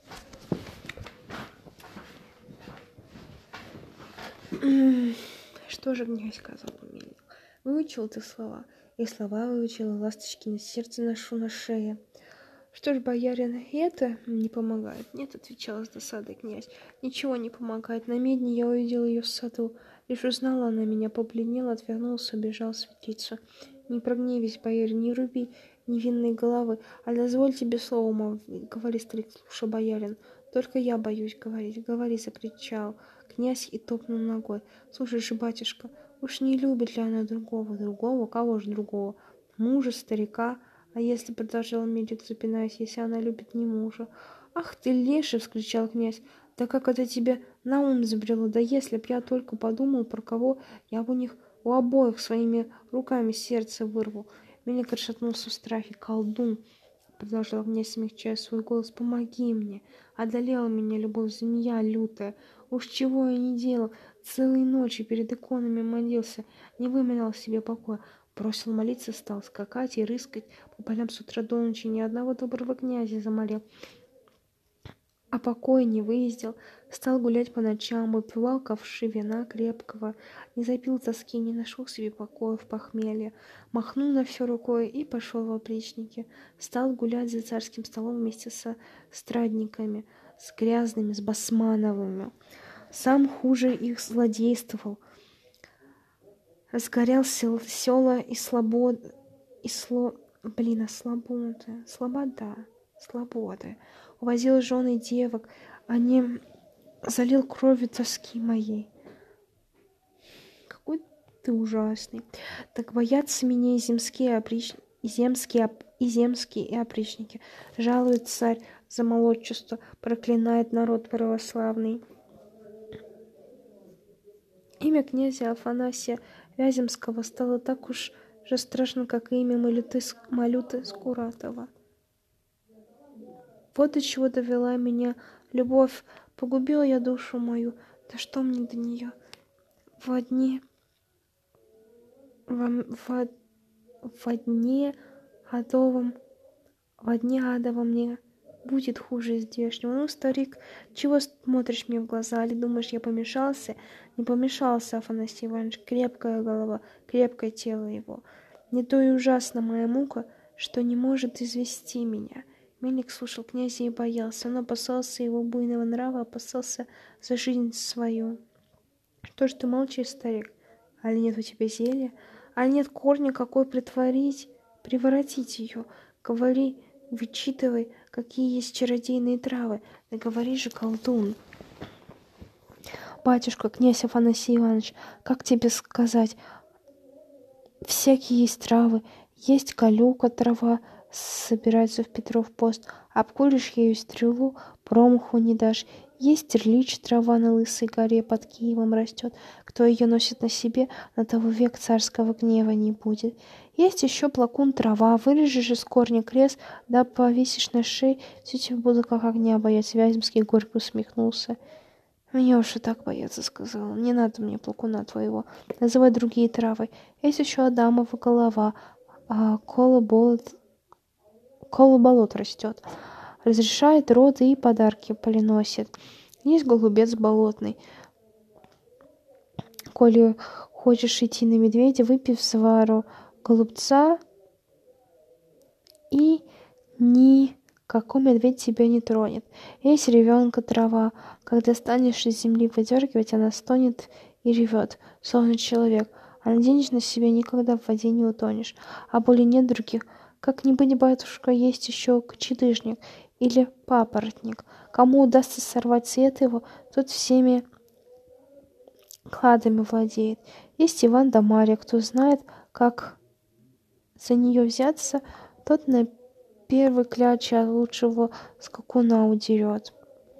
Что же князь сказал, помилил? Выучил ты слова, и слова выучила, ласточки на сердце ношу на шее. Что ж, боярин, и это не помогает? Нет, отвечала с досадой князь, ничего не помогает. На медне я увидел ее в саду. Лишь узнала она меня, побледнела, отвернулся, убежал в светлицу. Не прогневись, боярин, не руби невинной головы, а дозволь тебе слово молвить. Говори, старик, слушай, боярин. Только я боюсь говорить. Говори, закричал князь и топнул ногой. Слушай же, батюшка, уж не любит ли она другого? Другого? Кого же другого? Мужа, старика? А если, продолжал Мелик, запинаясь, если она любит не мужа? Ах ты, леший, вскричал князь, да как это тебе на ум забрело? Да если б я только подумал, про кого, я бы у обоих своими руками сердце вырвал. Мелик отшатнулся в страхе. Колдун, продолжал князь, смягчая свой голос, помоги мне. Одолела меня любовь, змея лютая. Уж чего я не делал, целые ночи перед иконами молился, не выминал себе покоя. Бросил молиться, стал скакать и рыскать по полям с утра до ночи. Ни одного доброго князя замолил, а покоя не выездил. Стал гулять по ночам, выпивал ковши вина крепкого. Не запил тоски, не нашел себе покоя в похмелье. Махнул на все рукой и пошел в опричники. Стал гулять за царским столом вместе со страдниками, с грязными, с басмановыми. Сам хуже их злодействовал. Сгорел села и слободы, слободы. Увозил жены девок, а не залил кровью тоски моей. Какой ты ужасный. Так боятся меня и земские и опричники. Жалует царь за молодчество, проклинает народ православный. Имя князя Афанасия Вяземского стало так уж же страшно, как и имя Малюты Скуратова. Вот до чего довела меня любовь, погубила я душу мою, да что мне до нее? Во дне адовом мне будет хуже здешнего. Ну, старик, чего смотришь мне в глаза? Или думаешь, я помешался? Не помешался, Афанасий Иванович. Крепкая голова, крепкое тело его. Не то и ужасна моя мука, что не может извести меня. Мельник слушал князя и боялся. Он опасался его буйного нрава, опасался за жизнь свою. Что ж ты молчишь, старик? Али нет у тебя зелья? Али нет корня какой приворотить ее? Говори, вычитывай, какие есть чародейные травы. Да говори же, колдун. Батюшка, князь Афанасий Иванович, как тебе сказать? Всякие есть травы. Есть колюка трава, собирается в Петров пост. Обколешь ею стрелу, промаху не дашь. Есть терлич, трава на Лысой горе под Киевом растет. Кто ее носит на себе, на того век царского гнева не будет. Есть еще плакун трава, вырежешь из корня крест, да повесишь на шее, все тебе буду как огня бояться. Вяземский горько усмехнулся. Меня уж и так бояться, сказал. Не надо мне плакуна твоего. Называй другие травы. Есть еще адамова голова, а коло болот растет. Разрешает роды и подарки приносит. Есть голубец болотный. Коли хочешь идти на медведя, выпей в свару голубца, и никакой медведь тебя не тронет. Есть ревенка трава. Когда станешь из земли выдергивать, она стонет и ревет, словно человек. А наденешь на себя, никогда в воде не утонешь. А более нет других. Как-нибудь, батюшка, есть еще кочедыжник или папоротник. Кому удастся сорвать цвет его, тот всеми кладами владеет. Есть Иван да Марья, кто знает, как за нее взяться, тот на первый кляче от лучшего скакуна удерет.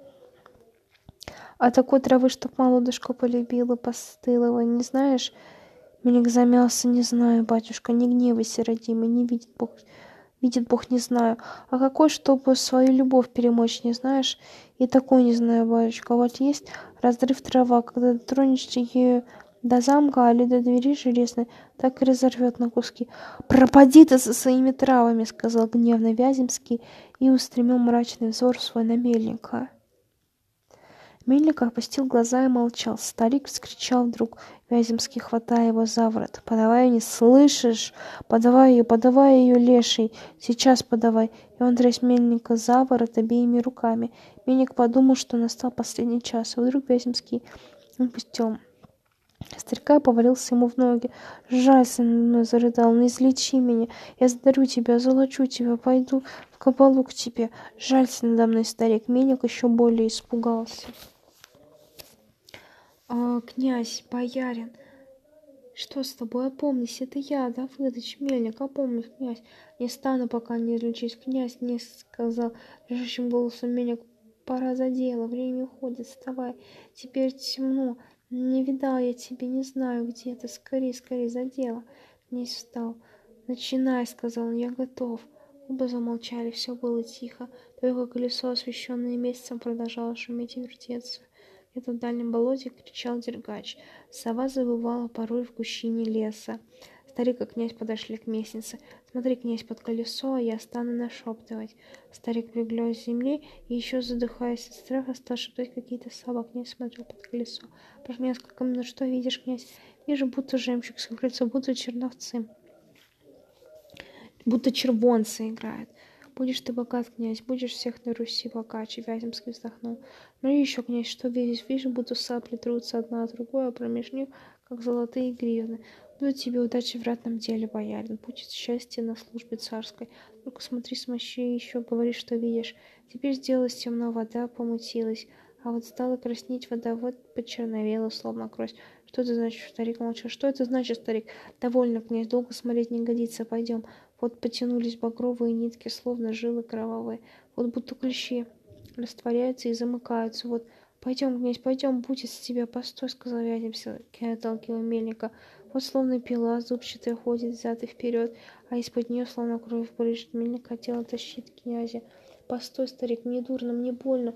А такой травы, чтоб молодушка полюбила, постылого, не знаешь? Мелик замялся, не знаю, батюшка, не гневайся, родимый, не видит Бог, не знаю. А какой, чтобы свою любовь перемочь, не знаешь? И такой не знаю, батюшка. Вот есть разрыв трава, когда дотронешься ею до замка, али до двери железной, так и разорвет на куски. «Пропади ты со своими травами!» — сказал гневно Вяземский и устремил мрачный взор свой на Мельника. Мельник опустил глаза и молчал. Старик вскричал вдруг, Вяземский, хватая его за ворот. «Подавай, не слышишь? Подавай ее, леший! Сейчас подавай!» И он тряс Мельника за ворот обеими руками. Мельник подумал, что настал последний час, и вдруг Вяземский упустил старика и повалился ему в ноги. «Жалься надо мной!» — зарыдал. «Не излечи меня! Я задарю тебя, золочу тебя, пойду в кабалу к тебе! Жалься надо мной, старик!» Мельник еще более испугался. «Князь, боярин, что с тобой? Опомнись, это я, Давыдыч, Мельник, опомнись, князь. Не стану, пока не излечусь, князь, не сказал дрожащим голосом Мельник. Пора за дело, время уходит, вставай, теперь темно, не видал я тебя, не знаю, где ты, скорей, скорей, за дело». Князь встал. «Начинай», — сказал он, — «я готов». Оба замолчали, все было тихо, только колесо, освещенное месяцем, продолжало шуметь и вертеться. Где-то в дальнем болоте кричал дергач. Сова завывала порой в гущине леса. Старик и князь подошли к местнице. «Смотри, князь, под колесо, а я стану нашептывать». Старик прилег к земле и, еще задыхаясь от страха, стал шептать какие-то слова. Князь смотрел под колесо. Прошло несколько минут. «Что видишь, князь?» «Вижу, будто жемчуг сыграется, будто черновцы, будто червонцы играют». «Будешь ты богат, князь, будешь всех на Руси богаче», — Вяземский вздохнул. «Ну и еще, князь, что видишь? Вижу, будто сапли трутся одна от другой, а промеж них, как золотые гривны. Будет тебе удачи в ратном деле, боярин, будет счастье на службе царской. Только смотри, смощи еще, говори, что видишь». Теперь сделалось темно, вода помутилась, а вот стала краснеть вода, вот почерновела, словно кровь. «Что это значит?» — старик молчал. «Что это значит, старик?» «Довольно, князь, долго смотреть не годится, пойдем». Вот потянулись багровые нитки, словно жилы кровавые, вот будто клещи растворяются и замыкаются. Вот пойдем, князь, пойдем, будет с тебя. Постой, сказал Вяземский, отталкивая Мельника. Вот словно пила зубчатая ходит взад и вперед, а из-под нее словно кровь брызжет. Мельник хотел тащить князя. Постой, старик, мне дурно, мне больно.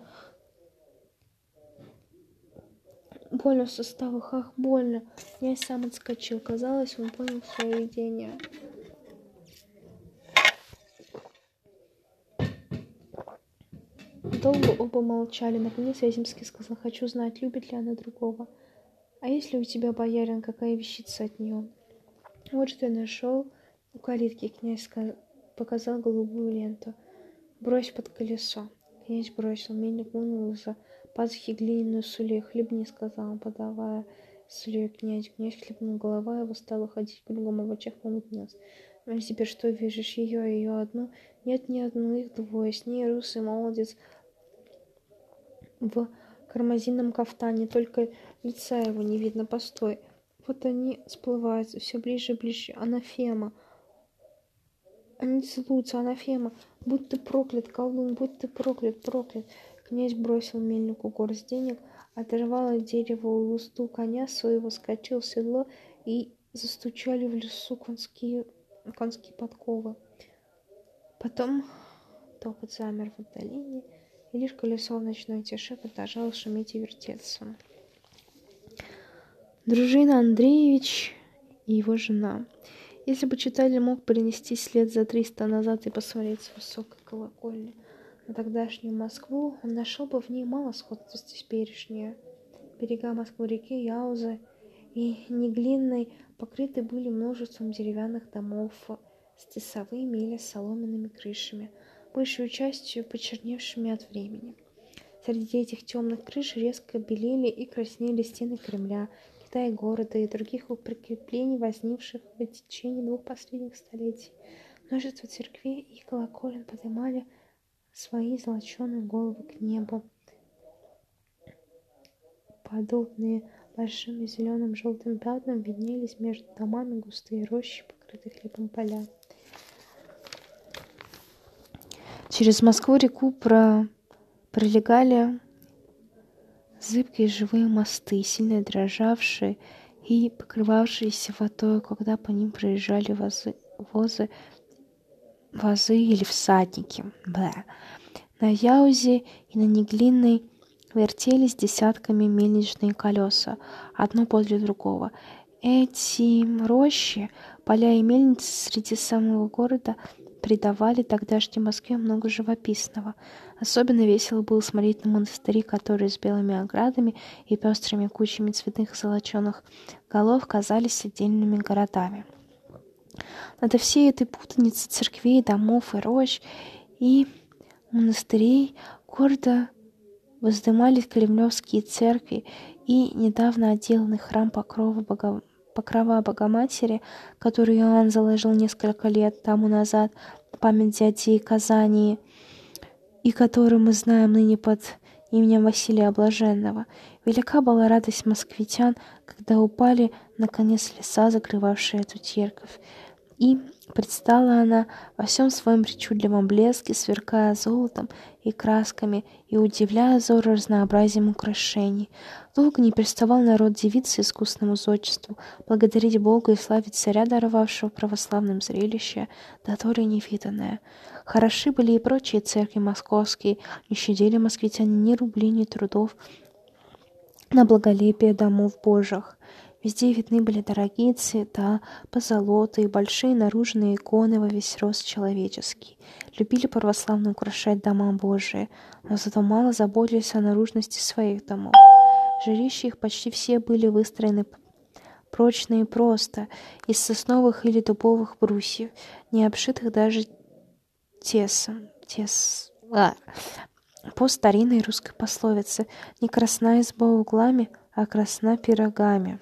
Больно в суставах, ах, больно. Князь сам отскочил. Казалось, он понял свое видение. Долго оба молчали. Наконец Вяземский сказал: «Хочу знать, любит ли она другого. А есть ли у тебя, боярин, какая вещица от нее?» «Вот что я нашел у калитки», — князь показал голубую ленту. «Брось под колесо». Князь бросил. Мельник вынул из-за пазухи глиняную сулей. «Хлебни», — сказал он, подавая сулей князь. Князь хлебнул, голова его стала ходить кругом, а в очах помутнелась. «А теперь что вяжешь? Ее одну?» «Нет, не одну, их двое. С ней русый молодец в кармазинном кафтане, только лица его не видно. Постой, вот они сплываются все ближе и ближе. Анафема, они целуются, анафема. Будь ты проклят, колдун, будь ты проклят, проклят». Князь бросил Мельнику горсть денег, оторвал от дерева узду коня своего, скачал в седло, и застучали в лесу конские подковы. Потом топот замер в отдалении, и лишь колесо в ночной тиши продолжало шуметь и вертеться. Дружина Андреевич и его жена. Если бы читатель мог перенестись лет за 300 назад и посмотреть с высокой колокольни на тогдашнюю Москву, он нашел бы в ней мало сходства с теперешней. Берега Москвы, реки Яузы и Неглинной покрыты были множеством деревянных домов с тесовыми или соломенными крышами, большую частью почерневшими от времени. Среди этих темных крыш резко белели и краснели стены Кремля, Китая города и других укреплений, возникших в течение 2 последних столетий. Множество церквей и колоколен поднимали свои золоченые головы к небу, подобные Большим зеленым желтым пятном виднелись между домами густые рощи, покрытые хлебом поля. Через Москву-реку пролегали зыбкие живые мосты, сильно дрожавшие и покрывавшиеся водой, когда по ним проезжали возы или всадники. На Яузе и на Неглинной вертелись десятками мельничные колеса, одно подле другого. Эти рощи, поля и мельницы среди самого города придавали тогдашней Москве много живописного. Особенно весело было смотреть на монастыри, которые с белыми оградами и пестрыми кучами цветных золоченых голов казались отдельными городами. Над всей этой путаницей церквей, домов и рощ и монастырей гордо воздымались кремлевские церкви и недавно отделанный храм Покрова Богоматери, который Иоанн заложил несколько лет тому назад в память дяди Казани, и который мы знаем ныне под именем Василия Блаженного. Велика была радость москвитян, когда упали, наконец, леса, закрывавшие эту церковь. И предстала она во всем своем причудливом блеске, сверкая золотом и красками и удивляя взор разнообразием украшений. Долго не переставал народ дивиться искусному зодчеству, благодарить Бога и славить царя, даровавшего православным зрелище, которое невиданное. Хороши были и прочие церкви московские, не щадили москвитяне ни рублей, ни трудов на благолепие домов Божьих. Везде видны были дорогие цвета, позолоты и большие наружные иконы во весь рост человеческий. Любили православно украшать дома Божии, но зато мало заботились о наружности своих домов. Жилища их почти все были выстроены прочно и просто, из сосновых или дубовых брусьев, не обшитых даже по старинной русской пословице: не красна изба углами, а красна пирогами.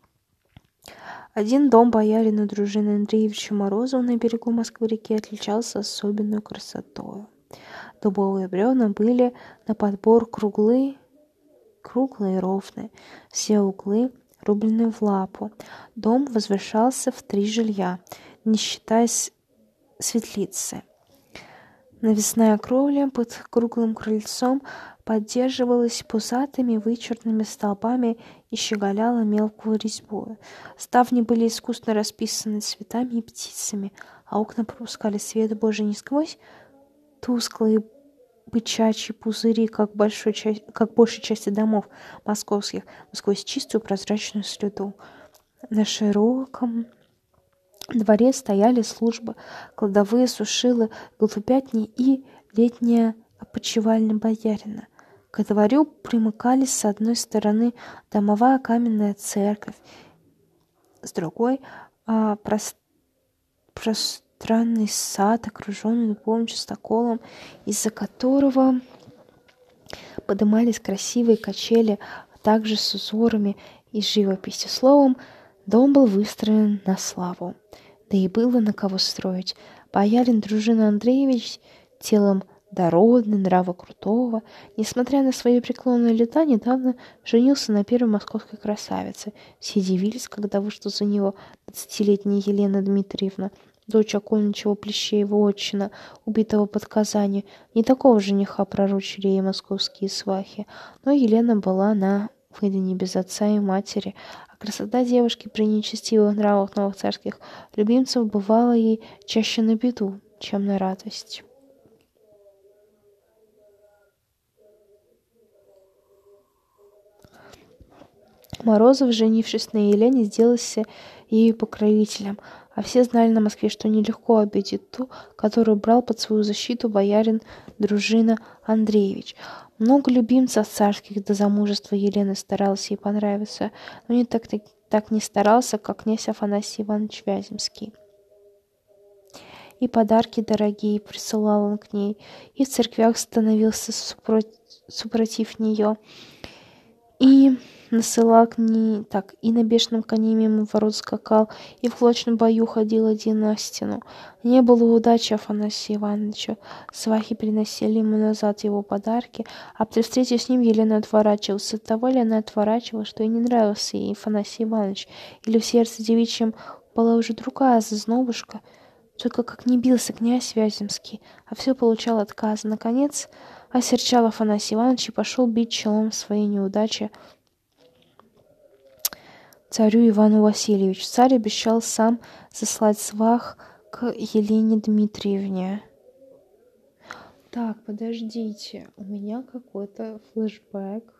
Один дом боярина дружины Андреевича Морозова на берегу Москвы-реки отличался особенной красотой. Дубовые бревна были на подбор круглые и ровные, все углы рублены в лапу. Дом возвышался в 3 жилья, не считая светлицы. Навесная кровля под круглым крыльцом поддерживалась пузатыми вычурными столбами и щеголяла мелкую резьбою. Ставни были искусно расписаны цветами и птицами, а окна пропускали свет Божий не сквозь тусклые бычачьи пузыри, как большей части домов московских, но сквозь чистую прозрачную слюду. На широком дворе стояли службы, кладовые, сушилы, голубятни и летняя опочивальня боярина. Ко двору примыкали с одной стороны домовая каменная церковь, с другой пространный сад, окруженный дубовым частоколом, из-за которого подымались красивые качели, а также с узорами из живописи. Словом, дом был выстроен на славу. Да и было на кого строить. Боярин дружина Андреевич, телом дородный, нрава крутого, несмотря на свои преклонные лета, недавно женился на первой московской красавице. Все дивились, когда вышла за него 20-летняя Елена Дмитриевна, дочь окольничего Плещеева отчина, убитого под Казанью. Не такого жениха пророчили ей московские свахи, но Елена была на выдане без отца и матери, а красота девушки при нечестивых нравах новых царских любимцев бывала ей чаще на беду, чем на радость. Морозов, женившись на Елене, сделался ею покровителем, а все знали на Москве, что нелегко обидеть ту, которую брал под свою защиту боярин дружина Андреевич. Много любимцев царских до замужества Елены старалось ей понравиться, но не так не старался, как князь Афанасий Иванович Вяземский. И подарки дорогие присылал он к ней, и в церквях становился супротив нее, И насылал к ней, так, и на бешеном коне мимо ворот скакал, и в кулачном бою ходил один на стену. Не было удачи Афанасия Ивановича. Свахи приносили ему назад его подарки, а при встрече с ним Елена отворачивалась. От того ли она отворачивалась, что и не нравился ей Афанасий Иванович, или в сердце девичьем была уже другая зазнобушка. Только как не бился князь Вяземский, а все получал отказ. Наконец осерчал Афанасий Иванович и пошел бить челом своей неудачи царю Ивану Васильевичу. Царь обещал сам заслать свах к Елене Дмитриевне. Так, подождите, у меня какой-то флешбэк.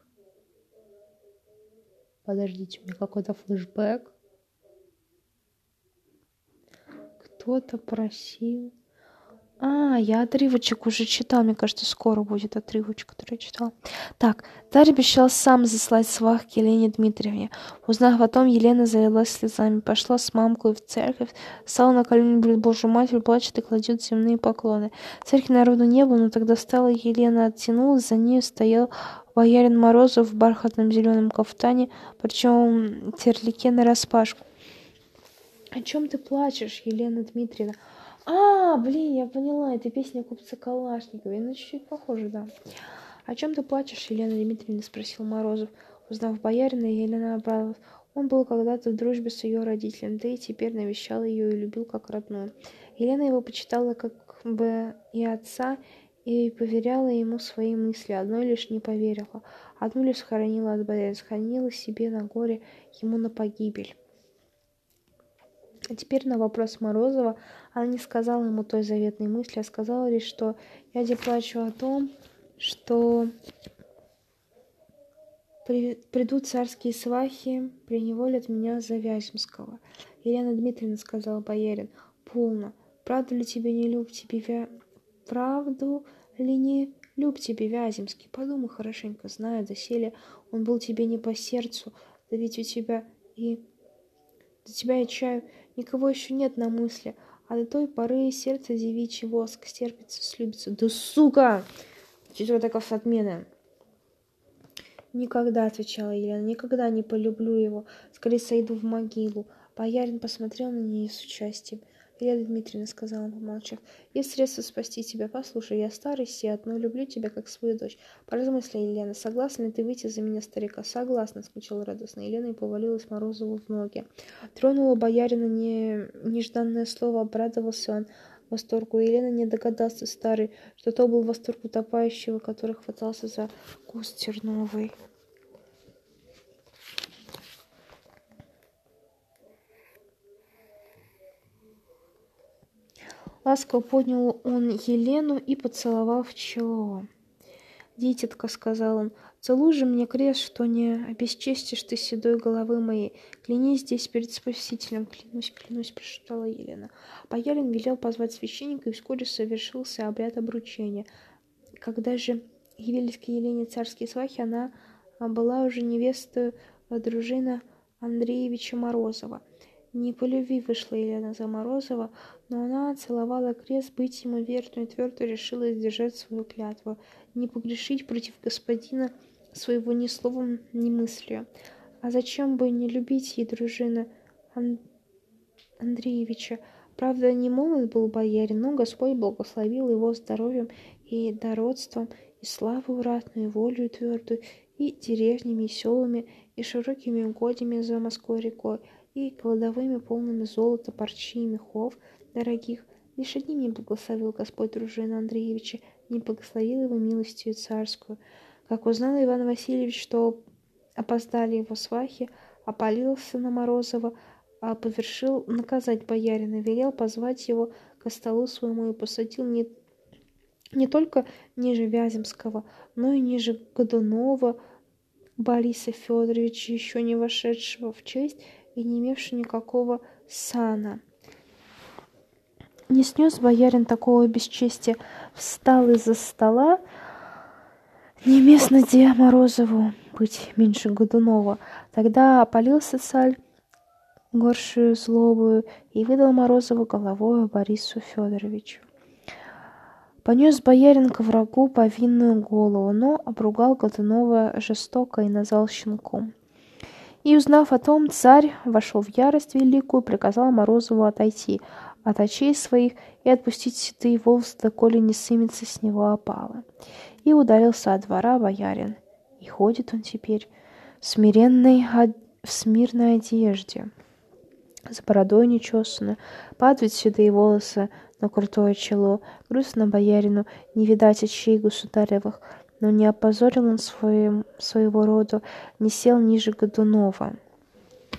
Кто-то просил... я отрывочек уже читал. Мне кажется, скоро будет отрывочек, который я читала. Так, царь обещал сам заслать свах к Елене Дмитриевне. Узнав о том, Елена залилась слезами, пошла с мамкой в церковь, стала на колени перед Божью Матерью, плачет и кладет земные поклоны. В церкви народу не было, но тогда стала Елена, оттянулась, за нею стоял боярин Морозов в бархатном зеленом кафтане, причем терлике нараспашку. «О чем ты плачешь, Елена Дмитриевна?» Я поняла, это песня купца Калашникова. Ну, чуть-чуть похоже, да. «О чем ты плачешь, Елена Дмитриевна?» — спросил Морозов. Узнав боярина, Елена обрадовалась. Он был когда-то в дружбе с ее родителями, да и теперь навещал ее и любил как родную. Елена его почитала как бы и отца, и поверяла ему свои мысли. Одной лишь не поверила. Одну лишь схоронила от боярина, схоронила себе на горе, ему на погибель. А теперь на вопрос Морозова она не сказала ему той заветной мысли, а сказала лишь, что я плачу о том, что придут царские свахи, приневолят меня за Вяземского. Елена Дмитриевна, сказала боярин, полно. Правду ли не люб тебе Вяземский? Подумай хорошенько, знаю, доселе он был тебе не по сердцу, да ведь у тебя и... До тебя я чаю, никого еще нет на мысли, а до той поры сердце девичий воск стерпится, слюбится. Да сука! Чего такая отмена? Никогда, отвечала Елена, никогда не полюблю его, скорее сойду в могилу. Боярин посмотрел на нее с участием. Елена Дмитриевна, сказала, помолчав, есть средства спасти тебя. Послушай, я старый сиат, но люблю тебя как свою дочь. Поразмысли, Елена, согласна ли ты выйти за меня, старика? Согласна, скучала радостно Елена и повалилась Морозову в ноги. Тронула боярина нежданное слово, обрадовался он восторгу. Елена не догадался старый, что то был восторг утопающего, который хватался за куст терновый. Ласково поднял он Елену и поцеловал в чело. «Дитятка», — сказал он, — «целуй же мне крест, что не обесчестишь ты седой головы моей. Клянись здесь перед Спасителем». «Клянусь, клянусь», — прошептала Елена. Боярин велел позвать священника, и вскоре совершился обряд обручения. Когда же явились к Елене царские свахи, она была уже невестой дружины Андреевича Морозова. Не по любви вышла Елена за Морозова, но она целовала крест, быть ему верной и твердо решила сдержать свою клятву, не погрешить против господина своего ни словом, ни мыслью. А зачем бы не любить ей дружина Андреевича? Правда, не молод был боярин, но Господь благословил его здоровьем и дородством, и славу ратную, и волю твердую, и деревнями, и селами, и широкими угодьями за Москвой рекой, и кладовыми полными золота, парчи и мехов дорогих. Лишь одним не благословил Господь дружину Андреевича, не благословил его милостью царскую. Как узнал Иван Васильевич, что опоздали его свахи, опалился на Морозова, а повершил наказать боярина, велел позвать его ко столу своему и посадил не только ниже Вяземского, но и ниже Годунова Бориса Федоровича, еще не вошедшего в честь и не имевшего никакого сана. Не снес боярин такого бесчестия, встал из-за стола, не местно где Морозову быть меньше Годунова. Тогда опалился царь горшую злобою и выдал Морозову головою Борису Федоровичу. Понес боярин к врагу повинную голову, но обругал Годунова жестоко и назвал щенком. И, узнав о том, царь вошел в ярость великую, приказал Морозову отойти от очей своих и отпустить седые волосы, доколе не сымется с него опала. И удалился от двора боярин. И ходит он теперь в смирной одежде, с бородой нечесанной, падают седые волосы на крутое чело. Грустно боярину не видать очей государевых, но не опозорил он своего рода, не сел ниже Годунова.